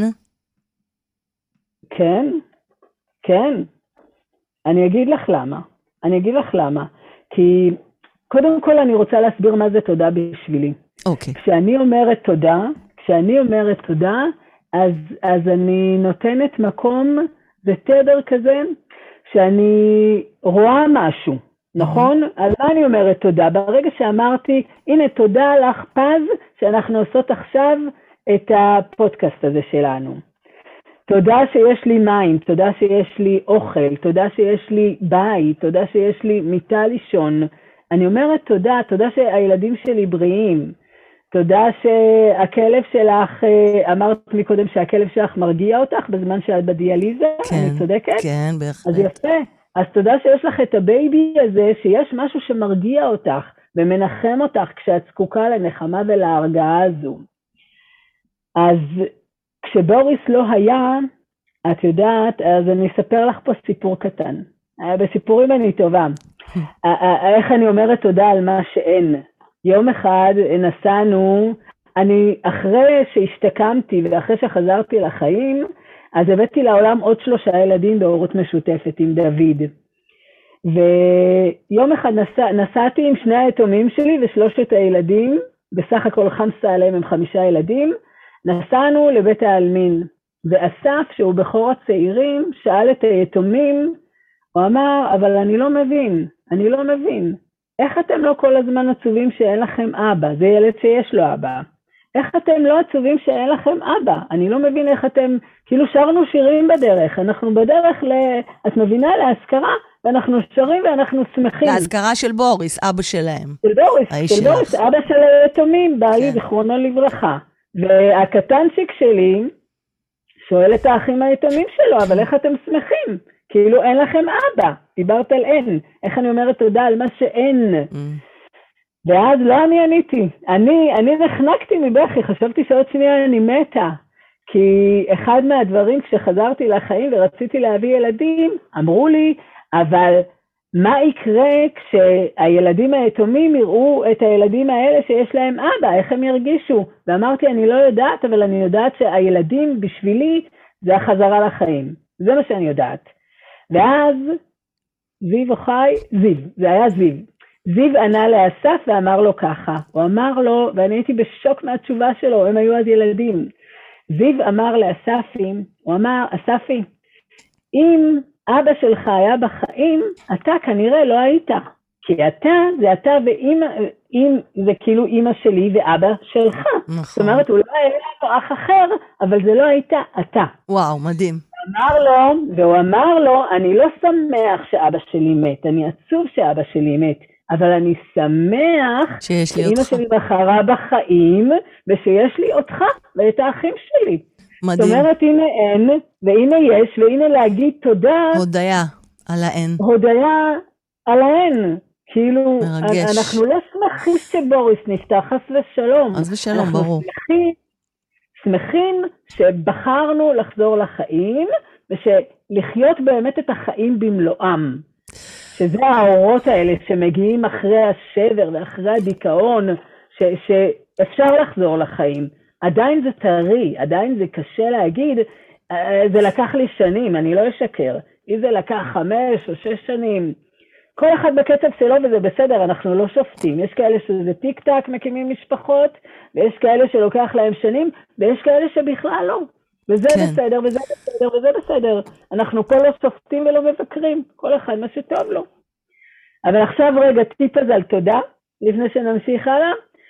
כן, כן. אני אגיד לך למה. אני אגיד לך למה. כי קודם כל אני רוצה להסביר מה זה תודה בשבילי. אוקיי. כשאני אומרת תודה, כשאני אומרת תודה, אז, אז אני נותנת מקום ותדר כזה, שאני רואה משהו, נכון? Mm-hmm. על מה אני אומרת תודה? ברגע שאמרתי, הנה תודה לך פז, שאנחנו עושות עכשיו את הפודקאסט הזה שלנו. תודה שיש לי מים, תודה שיש לי אוכל, תודה שיש לי בית, תודה שיש לי מיטה לישון. אני אומרת תודה, תודה שהילדים שלי בריאים. תודה שהכלב שלך, אמרת מקודם שהכלב שלך מרגיע אותך בזמן שאת בדיאליזה, כן, אני צודקת? כן, בהחלט. אז יפה, אז תודה שיש לך את הבייבי הזה, שיש משהו שמרגיע אותך ומנחם אותך כשאת זקוקה לנחמה ולהרגעה הזו. אז כשבוריס לא היה, את יודעת, אז אני אספר לך פה סיפור קטן. בסיפורים אני טובה. איך אני אומרת תודה על מה שאין. יום אחד נסענו, אני אחרי שהשתקמתי ואחרי שחזרתי לחיים, אז הבאתי לעולם עוד שלושה ילדים בהורות משותפת עם דוד. ויום אחד נסע, נסעתי עם שני היתומים שלי ושלושת הילדים, בסך הכל חמסה עליהם הם חמישה ילדים, נסענו לבית העלמין, ואסף שהוא בכור הצעירים שאל את היתומים, הוא אמר, אבל אני לא מבין, אני לא מבין. איך אתם לא כל הזמן עצובים שאין לכם אבא? זה ילד שיש לו אבא. איך אתם לא עצובים שאין לכם אבא? אני לא מבין איך אתם, כאילו שרנו שירים בדרך, אנחנו בדרך, ל... את מבינה, להזכרה, ואנחנו שרים ואנחנו שמחים. להזכרה של בוריס, אבא שלהם. של בוריס, של בוריס, אבא של היתומים, בעלי זכרונו לברכה. והקטנצ'יק שלי שואל את האחים היתומים שלו, אבל איך אתם שמחים? כאילו אין לכם אבא, דיברת על אין, איך אני אומרת תודה על מה שאין. Mm. ואז לא אני עניתי, אני, אני נחנקתי מבכי, חשבתי שעוד שנייה אני מתה, כי אחד מהדברים כשחזרתי לחיים ורציתי להביא ילדים, אמרו לי, אבל מה יקרה כשהילדים היתומים יראו את הילדים האלה שיש להם אבא, איך הם ירגישו? ואמרתי, אני לא יודעת, אבל אני יודעת שהילדים בשבילי זה החזרה לחיים, זה מה שאני יודעת. ואז זיו או חי, זיו, זה היה זיו. זיו ענה לאסף ואמר לו ככה, הוא אמר לו, ואני הייתי בשוק מהתשובה שלו, הם היו אז ילדים. זיו אמר לאספי, הוא אמר, אספי, אם אבא שלך היה בחיים, אתה כנראה לא היית, כי אתה, זה אתה ואמא, אם זה כאילו אמא שלי ואבא שלך. נכון. זאת אומרת, הוא לא היה לו אח אחר, אבל זה לא הייתה אתה. וואו, מדהים. אמר לו, והוא אמר לו, אני לא שמח שאבא שלי מת, אני עצוב שאבא שלי מת, אבל אני שמח שאמא שלי בחרה בחיים, ושיש לי אותך ואת האחים שלי. מדהים. זאת אומרת, הנה אין, והנה יש, והנה להגיד תודה. הודיה על האין. הודיה על האין. כאילו, מרגש. אנחנו לא שמחים שבוריס נפתח, חס ושלום. אז ושלום, ברור. שמחים, שמחים שבחרנו לחזור לחיים, ושלחיות באמת את החיים במלואם. שזה האורות האלה שמגיעים אחרי השבר ואחרי הדיכאון, ש- שאפשר לחזור לחיים. עדיין זה טרי, עדיין זה קשה להגיד, זה לקח לי שנים, אני לא אשקר. אם זה לקח חמש או שש שנים, כל אחד בקצב שלו וזה בסדר, אנחנו לא שופטים. יש כאלה שזה טיק טק מקימים משפחות, ויש כאלה שלוקח להם שנים, ויש כאלה שבכלל לא. וזה כן. בסדר, וזה בסדר, וזה בסדר. אנחנו פה לא שופטים ולא מבקרים, כל אחד מה שטוב לו. אבל עכשיו רגע, טיפ הזה על תודה, לפני שנמשיך הלאה.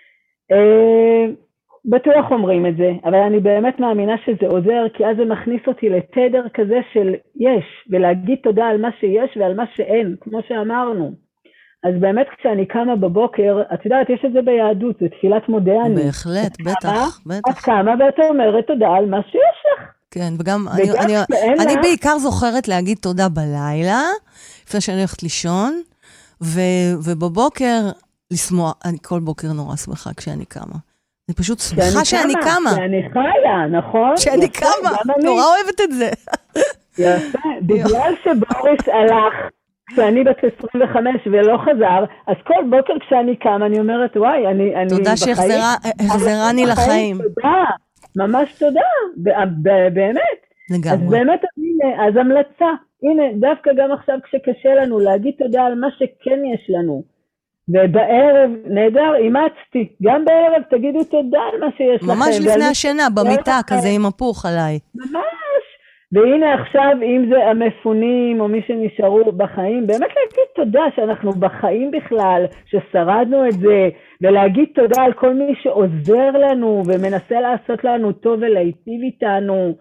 אה, בטוח אומרים את זה, אבל אני באמת מאמינה שזה עוזר, כי אז זה מכניס אותי לתדר כזה של יש, ולהגיד תודה על מה שיש ועל מה שאין, כמו שאמרנו. אז באמת כשאני קמה בבוקר, את יודעת, יש את זה ביהדות, זה תפילת מודעני. בהחלט, בטח, בטח. את קמה ואת אומרת תודה על מה שיש לך. כן, וגם אני, אני, אני בעיקר זוכרת להגיד תודה בלילה, לפני שאני הולכת לישון, ו, ובבוקר לשמוע, אני כל בוקר נורא שמחה כשאני קמה. אני פשוט שמחה שאני קמה. שאני חיה, נכון? שאני קמה, נורא אוהבת את זה. יפה, בגלל שבוריס הלך, כשאני בת עשרים וחמש ולא חזר, אז כל בוקר כשאני קמה, אני אומרת, וואי, אני בחיים. תודה שהחזרני לחיים. תודה, ממש תודה, באמת. לגמרי. אז באמת, אז המלצה, הנה, דווקא גם עכשיו כשקשה לנו להגיד תודה על מה שכן יש לנו. ובערב, נהדר, אימצתי, גם בערב תגידו תודה על מה שיש לכם. ממש לפני השינה, במיטה, כזה עם הפוך עליי. ממש. והנה עכשיו, אם זה המפונים או מי שנשארו בחיים, באמת להגיד תודה שאנחנו בחיים בכלל, ששרדנו את זה, ולהגיד תודה על כל מי שעוזר לנו ומנסה לעשות לנו טוב ולהיטיב איתנו.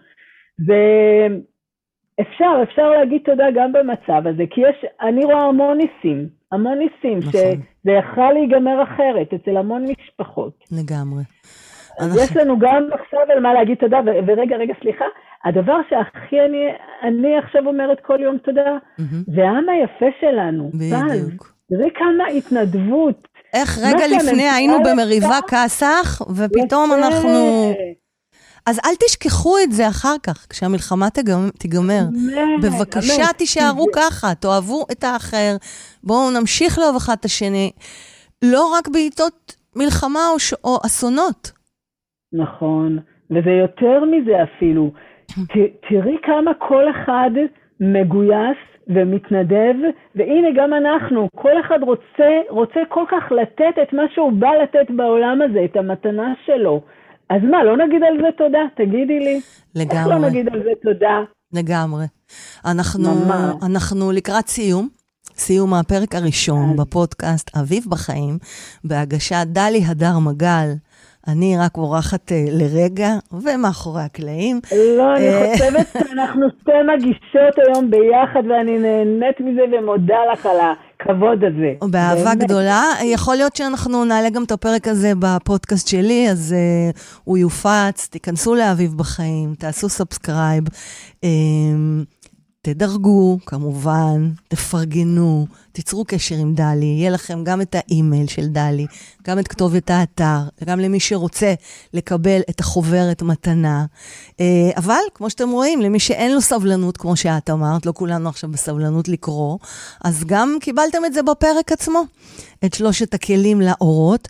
ואפשר, אפשר להגיד תודה גם במצב הזה, כי יש, אני רואה המון ניסים, המון ניסים, נכון. שזה יכול להיגמר אחרת אצל המון משפחות. לגמרי. אז אנחנו... יש לנו גם עכשיו על מה להגיד תודה, ו- ורגע, רגע, סליחה, הדבר שהכי אני, אני עכשיו אומרת כל יום תודה, mm-hmm. זה העם היפה שלנו. בדיוק. זה כמה התנדבות. איך רגע לפני היינו במריבה כסח, ופתאום יפה. אנחנו... אז אל תשכחו את זה אחר כך, כשהמלחמה תיגמר. בבקשה תישארו ככה, תאהבו את האחר, בואו נמשיך לאהוב אחד את השני, לא רק בעיתות מלחמה או, ש... או אסונות. נכון, וזה יותר מזה אפילו. ת, תראי כמה כל אחד מגויס ומתנדב, והנה גם אנחנו, כל אחד רוצה, רוצה כל כך לתת את מה שהוא בא לתת בעולם הזה, את המתנה שלו. אז מה, לא נגיד על זה תודה? תגידי לי. לגמרי. איך לא נגיד על זה תודה? לגמרי. אנחנו, אנחנו לקראת סיום, סיום הפרק הראשון בפודקאסט אביב בחיים, בהגשת דלי הדר מגל. אני רק אורחת לרגע, ומאחורי הקלעים. לא, אני חושבת שאנחנו שתי מגישות היום ביחד, ואני נהנית מזה ומודה לך על הכבוד הזה. באהבה גדולה. יכול להיות שאנחנו נעלה גם את הפרק הזה בפודקאסט שלי, אז uh, הוא יופץ, תיכנסו לאביב בחיים, תעשו סאבסקרייב, um, תדרגו, כמובן, תפרגנו, תיצרו קשר עם דלי, יהיה לכם גם את האימייל של דלי, גם את כתובת האתר, גם למי שרוצה לקבל את החוברת מתנה. אבל, כמו שאתם רואים, למי שאין לו סבלנות, כמו שאת אמרת, לא כולנו עכשיו בסבלנות לקרוא, אז גם קיבלתם את זה בפרק עצמו, את שלושת הכלים לאורות.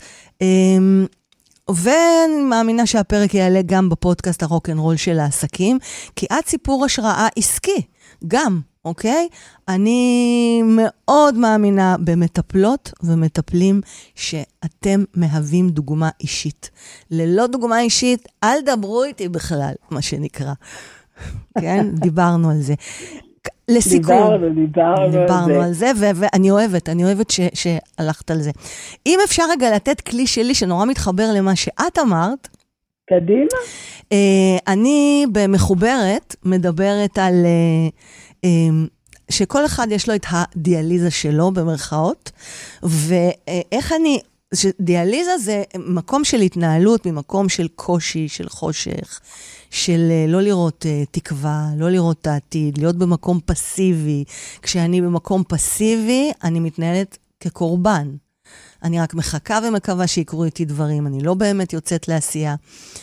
ואני מאמינה שהפרק יעלה גם בפודקאסט הרוק'נ'רול של העסקים, כי עד סיפור השראה עסקי, גם, אוקיי? אני מאוד מאמינה במטפלות ומטפלים שאתם מהווים דוגמה אישית. ללא דוגמה אישית, אל דברו איתי בכלל, מה שנקרא. כן? דיברנו על זה. לסיכום. דיברנו, דיברנו, דיברנו על זה, ו- ואני אוהבת, אני אוהבת ש- שהלכת על זה. אם אפשר רגע לתת כלי שלי שנורא מתחבר למה שאת אמרת, קדימה. אני במחוברת מדברת על שכל אחד יש לו את הדיאליזה שלו במרכאות, ואיך אני, דיאליזה זה מקום של התנהלות, ממקום של קושי, של חושך, של לא לראות תקווה, לא לראות את העתיד, להיות במקום פסיבי. כשאני במקום פסיבי, אני מתנהלת כקורבן. אני רק מחכה ומקווה שיקרו איתי דברים, אני לא באמת יוצאת לעשייה.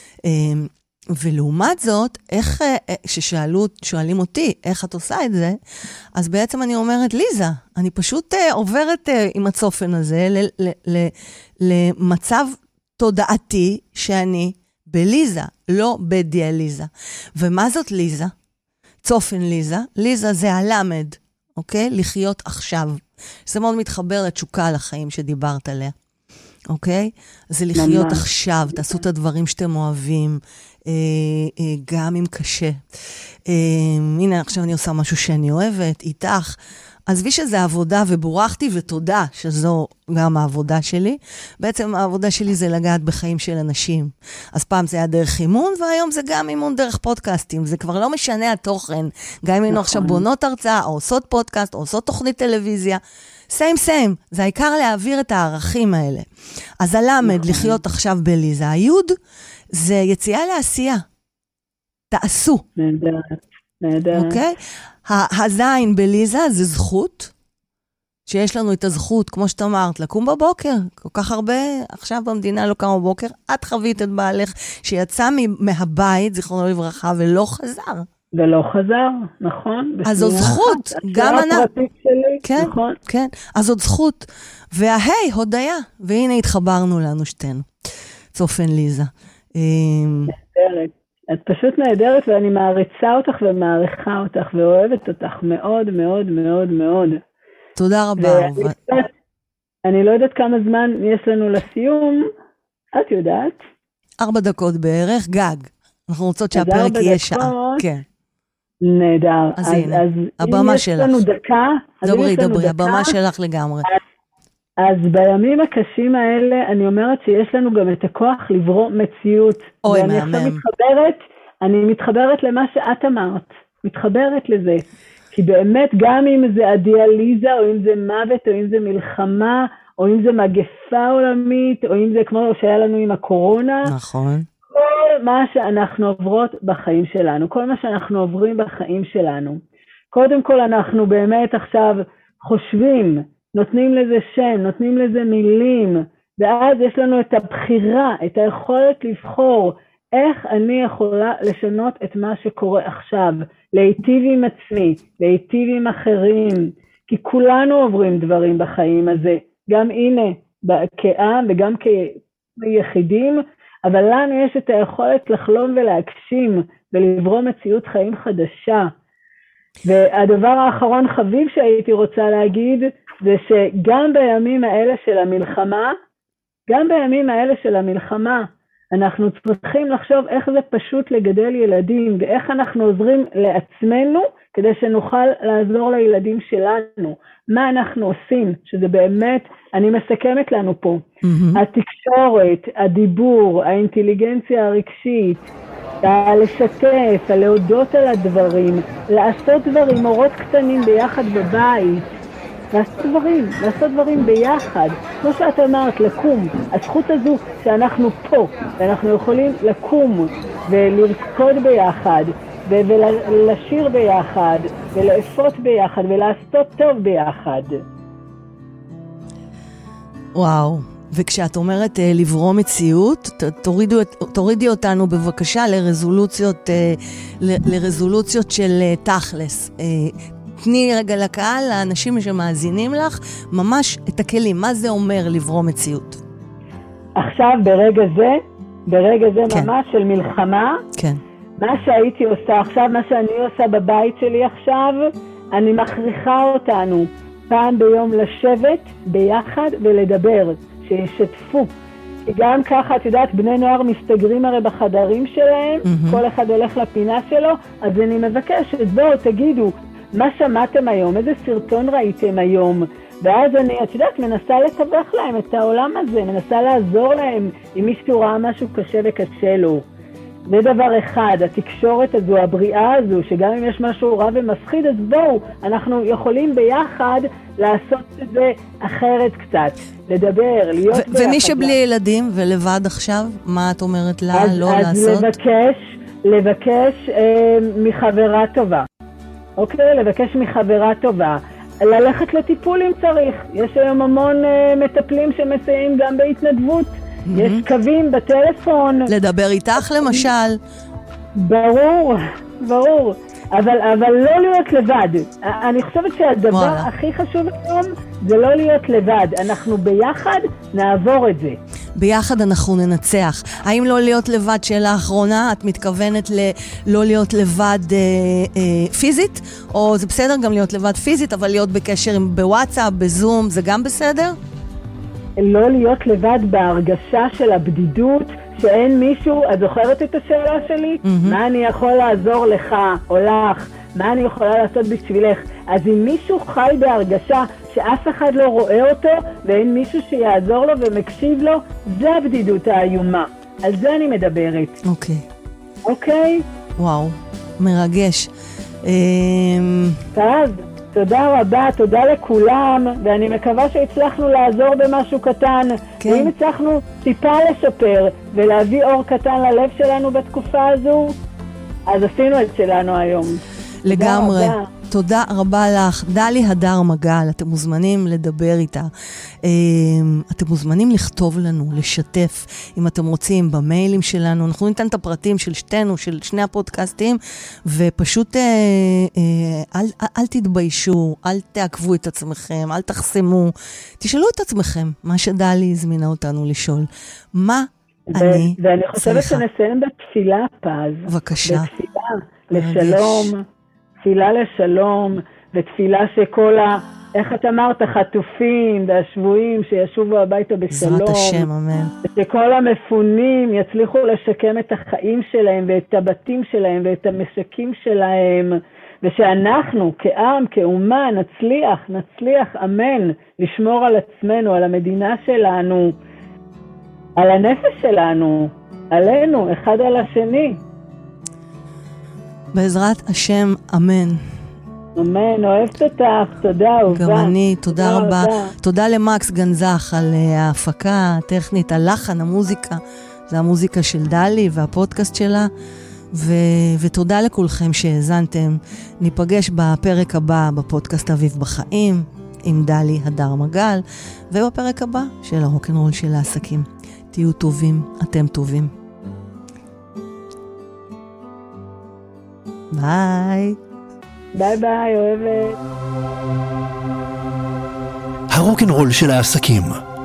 ולעומת זאת, איך, ששאלו, שואלים אותי, איך את עושה את זה, אז בעצם אני אומרת, ליזה, אני פשוט עוברת עם הצופן הזה ל, ל, ל, למצב תודעתי שאני בליזה, לא בדיאליזה. ומה זאת ליזה? צופן ליזה. ליזה זה הלמד, אוקיי? לחיות עכשיו. זה מאוד מתחבר לתשוקה לחיים שדיברת עליה. אוקיי? זה לחיות ממש. עכשיו, תעשו את הדברים שאתם אוהבים, אה, אה, גם אם קשה. אה, הנה, עכשיו אני עושה משהו שאני אוהבת, איתך. עזבי שזה עבודה ובורחתי, ותודה שזו גם העבודה שלי. בעצם העבודה שלי זה לגעת בחיים של אנשים. אז פעם זה היה דרך אימון, והיום זה גם אימון דרך פודקאסטים. זה כבר לא משנה התוכן. גם אם היינו עכשיו בונות הרצאה, או עושות פודקאסט, או עושות תוכנית טלוויזיה. סיים סיים, זה העיקר להעביר את הערכים האלה. אז הלמד, לחיות עכשיו בליזה. היוד, זה יציאה לעשייה. תעשו. נהדרת, נהדרת. אוקיי? הזין בליזה זה זכות, שיש לנו את הזכות, כמו שאת אמרת, לקום בבוקר. כל כך הרבה, עכשיו במדינה לא קם בבוקר, את חווית את בעלך שיצא מהבית, זיכרונו לברכה, ולא חזר. ולא חזר, נכון. אז זו זכות, גם אני. כן, נכון. כן, אז זאת זכות. וההי, הודיה, והנה התחברנו לנו שתינו. צופן ליזה. נהדרת. את פשוט נהדרת, ואני מעריצה אותך ומעריכה אותך, ואוהבת אותך מאוד מאוד מאוד מאוד. תודה רבה. אני לא יודעת כמה זמן יש לנו לסיום, את יודעת? ארבע דקות בערך, גג. אנחנו רוצות שהפרק יהיה שעה. כן. נהדר. אז הנה, הבמה שלך. אז אם יש לנו דקה, דברי, דברי, הבמה שלך לגמרי. אז בימים הקשים האלה, אני אומרת שיש לנו גם את הכוח לברוא מציאות. אוי, ואני מהמם. עכשיו מתחברת, אני מתחברת למה שאת אמרת. מתחברת לזה. כי באמת, גם אם זה הדיאליזה, או אם זה מוות, או אם זה מלחמה, או אם זה מגפה עולמית, או אם זה כמו שהיה לנו עם הקורונה. נכון. כל מה שאנחנו עוברות בחיים שלנו, כל מה שאנחנו עוברים בחיים שלנו. קודם כל אנחנו באמת עכשיו חושבים, נותנים לזה שם, נותנים לזה מילים, ואז יש לנו את הבחירה, את היכולת לבחור איך אני יכולה לשנות את מה שקורה עכשיו, להיטיב עם עצמי, להיטיב עם אחרים, כי כולנו עוברים דברים בחיים הזה, גם הנה, כעם וגם כיחידים, אבל לנו יש את היכולת לחלום ולהגשים ולברוא מציאות חיים חדשה. והדבר האחרון חביב שהייתי רוצה להגיד, זה שגם בימים האלה של המלחמה, גם בימים האלה של המלחמה, אנחנו צריכים לחשוב איך זה פשוט לגדל ילדים, ואיך אנחנו עוזרים לעצמנו, כדי שנוכל לעזור לילדים שלנו. מה אנחנו עושים, שזה באמת, אני מסכמת לנו פה. Mm-hmm. התקשורת, הדיבור, האינטליגנציה הרגשית, לשתף, להודות על הדברים, לעשות דברים, אורות קטנים ביחד בבית, לעשות דברים, לעשות דברים ביחד. כמו שאת אמרת, לקום. הזכות הזו שאנחנו פה, ואנחנו יכולים לקום ולרקוד ביחד, ולשיר ביחד, ולאפות ביחד, ולעשות טוב ביחד. וואו. וכשאת אומרת uh, לברוא מציאות, תורידו, תורידי אותנו בבקשה לרזולוציות, uh, ל, לרזולוציות של uh, תכלס. Uh, תני רגע לקהל, לאנשים שמאזינים לך, ממש את הכלים. מה זה אומר לברוא מציאות? עכשיו, ברגע זה, ברגע זה כן. ממש של מלחמה, כן. מה שהייתי עושה עכשיו, מה שאני עושה בבית שלי עכשיו, אני מכריחה אותנו פעם ביום לשבת ביחד ולדבר. שישתפו. כי גם ככה, את יודעת, בני נוער מסתגרים הרי בחדרים שלהם, mm-hmm. כל אחד הולך לפינה שלו, אז אני מבקשת, בואו תגידו, מה שמעתם היום, איזה סרטון ראיתם היום, ואז אני, את יודעת, מנסה לתווך להם את העולם הזה, מנסה לעזור להם אם מישהו ראה משהו קשה וקשה לו. זה דבר אחד, התקשורת הזו, הבריאה הזו, שגם אם יש משהו רע ומפחיד, אז בואו, אנחנו יכולים ביחד לעשות את זה אחרת קצת, לדבר, להיות ו- ביחד. ומי שבלי ילדים ולבד עכשיו, מה את אומרת לה אז, לא אז לעשות? אז לבקש, לבקש אה, מחברה טובה. אוקיי? לבקש מחברה טובה. ללכת לטיפול אם צריך. יש היום המון אה, מטפלים שמסייעים גם בהתנדבות. Mm-hmm. יש קווים בטלפון. לדבר איתך למשל. ברור, ברור. אבל, אבל לא להיות לבד. אני חושבת שהדבר וואלה. הכי חשוב היום זה לא להיות לבד. אנחנו ביחד נעבור את זה. ביחד אנחנו ננצח. האם לא להיות לבד, שאלה האחרונה, את מתכוונת ל- לא להיות לבד אה, אה, פיזית? או זה בסדר גם להיות לבד פיזית, אבל להיות בקשר עם, בוואטסאפ, בזום, זה גם בסדר? לא להיות לבד בהרגשה של הבדידות, שאין מישהו, את זוכרת את השאלה שלי? Mm-hmm. מה אני יכול לעזור לך או לך? מה אני יכולה לעשות בשבילך? אז אם מישהו חי בהרגשה שאף אחד לא רואה אותו, ואין מישהו שיעזור לו ומקשיב לו, זה הבדידות האיומה. על זה אני מדברת. אוקיי. Okay. אוקיי? Okay? וואו, מרגש. טוב, תודה רבה, תודה לכולם, ואני מקווה שהצלחנו לעזור במשהו קטן. כן. ואם הצלחנו טיפה לשפר ולהביא אור קטן ללב שלנו בתקופה הזו, אז עשינו את שלנו היום. לגמרי. תודה רבה. תודה רבה לך. דלי הדר מגל, אתם מוזמנים לדבר איתה. אתם מוזמנים לכתוב לנו, לשתף, אם אתם רוצים, במיילים שלנו. אנחנו ניתן את הפרטים של שתינו, של שני הפודקאסטים, ופשוט אל, אל, אל תתביישו, אל תעקבו את עצמכם, אל תחסמו. תשאלו את עצמכם, מה שדלי הזמינה אותנו לשאול. מה ו- אני צריכה? ואני חושבת שנסיים בתפילה, פז. בבקשה. בתפילה לשלום. תפילה לשלום, ותפילה שכל ה... איך את אמרת? חטופים והשבויים שישובו הביתה בשלום. בעזרת השם, אמן. ושכל המפונים יצליחו לשקם את החיים שלהם ואת הבתים שלהם ואת המשקים שלהם. ושאנחנו כעם, כאומה, נצליח, נצליח, אמן, לשמור על עצמנו, על המדינה שלנו, על הנפש שלנו, עלינו, אחד על השני. בעזרת השם, אמן. אמן, אוהבת אותך, תודה, אהובה. גם אני, תודה רבה. תודה למקס גנזך על ההפקה הטכנית, הלחן, המוזיקה. זה המוזיקה של דלי והפודקאסט שלה. ו- ותודה לכולכם שהאזנתם. ניפגש בפרק הבא בפודקאסט אביב בחיים, עם דלי הדר מגל, ובפרק הבא של הרוקנרול של העסקים. תהיו טובים, אתם טובים. ביי. ביי ביי, אוהבת. הרוקנרול של העסקים.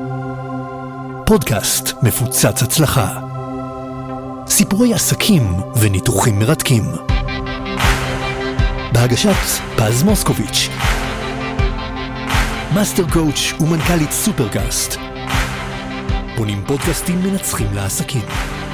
פודקאסט מפוצץ הצלחה. סיפורי עסקים וניתוחים מרתקים. בהגשת פז מוסקוביץ', מאסטר קואוץ' ומנכ"לית סופרגאסט. בונים פודקאסטים מנצחים לעסקים.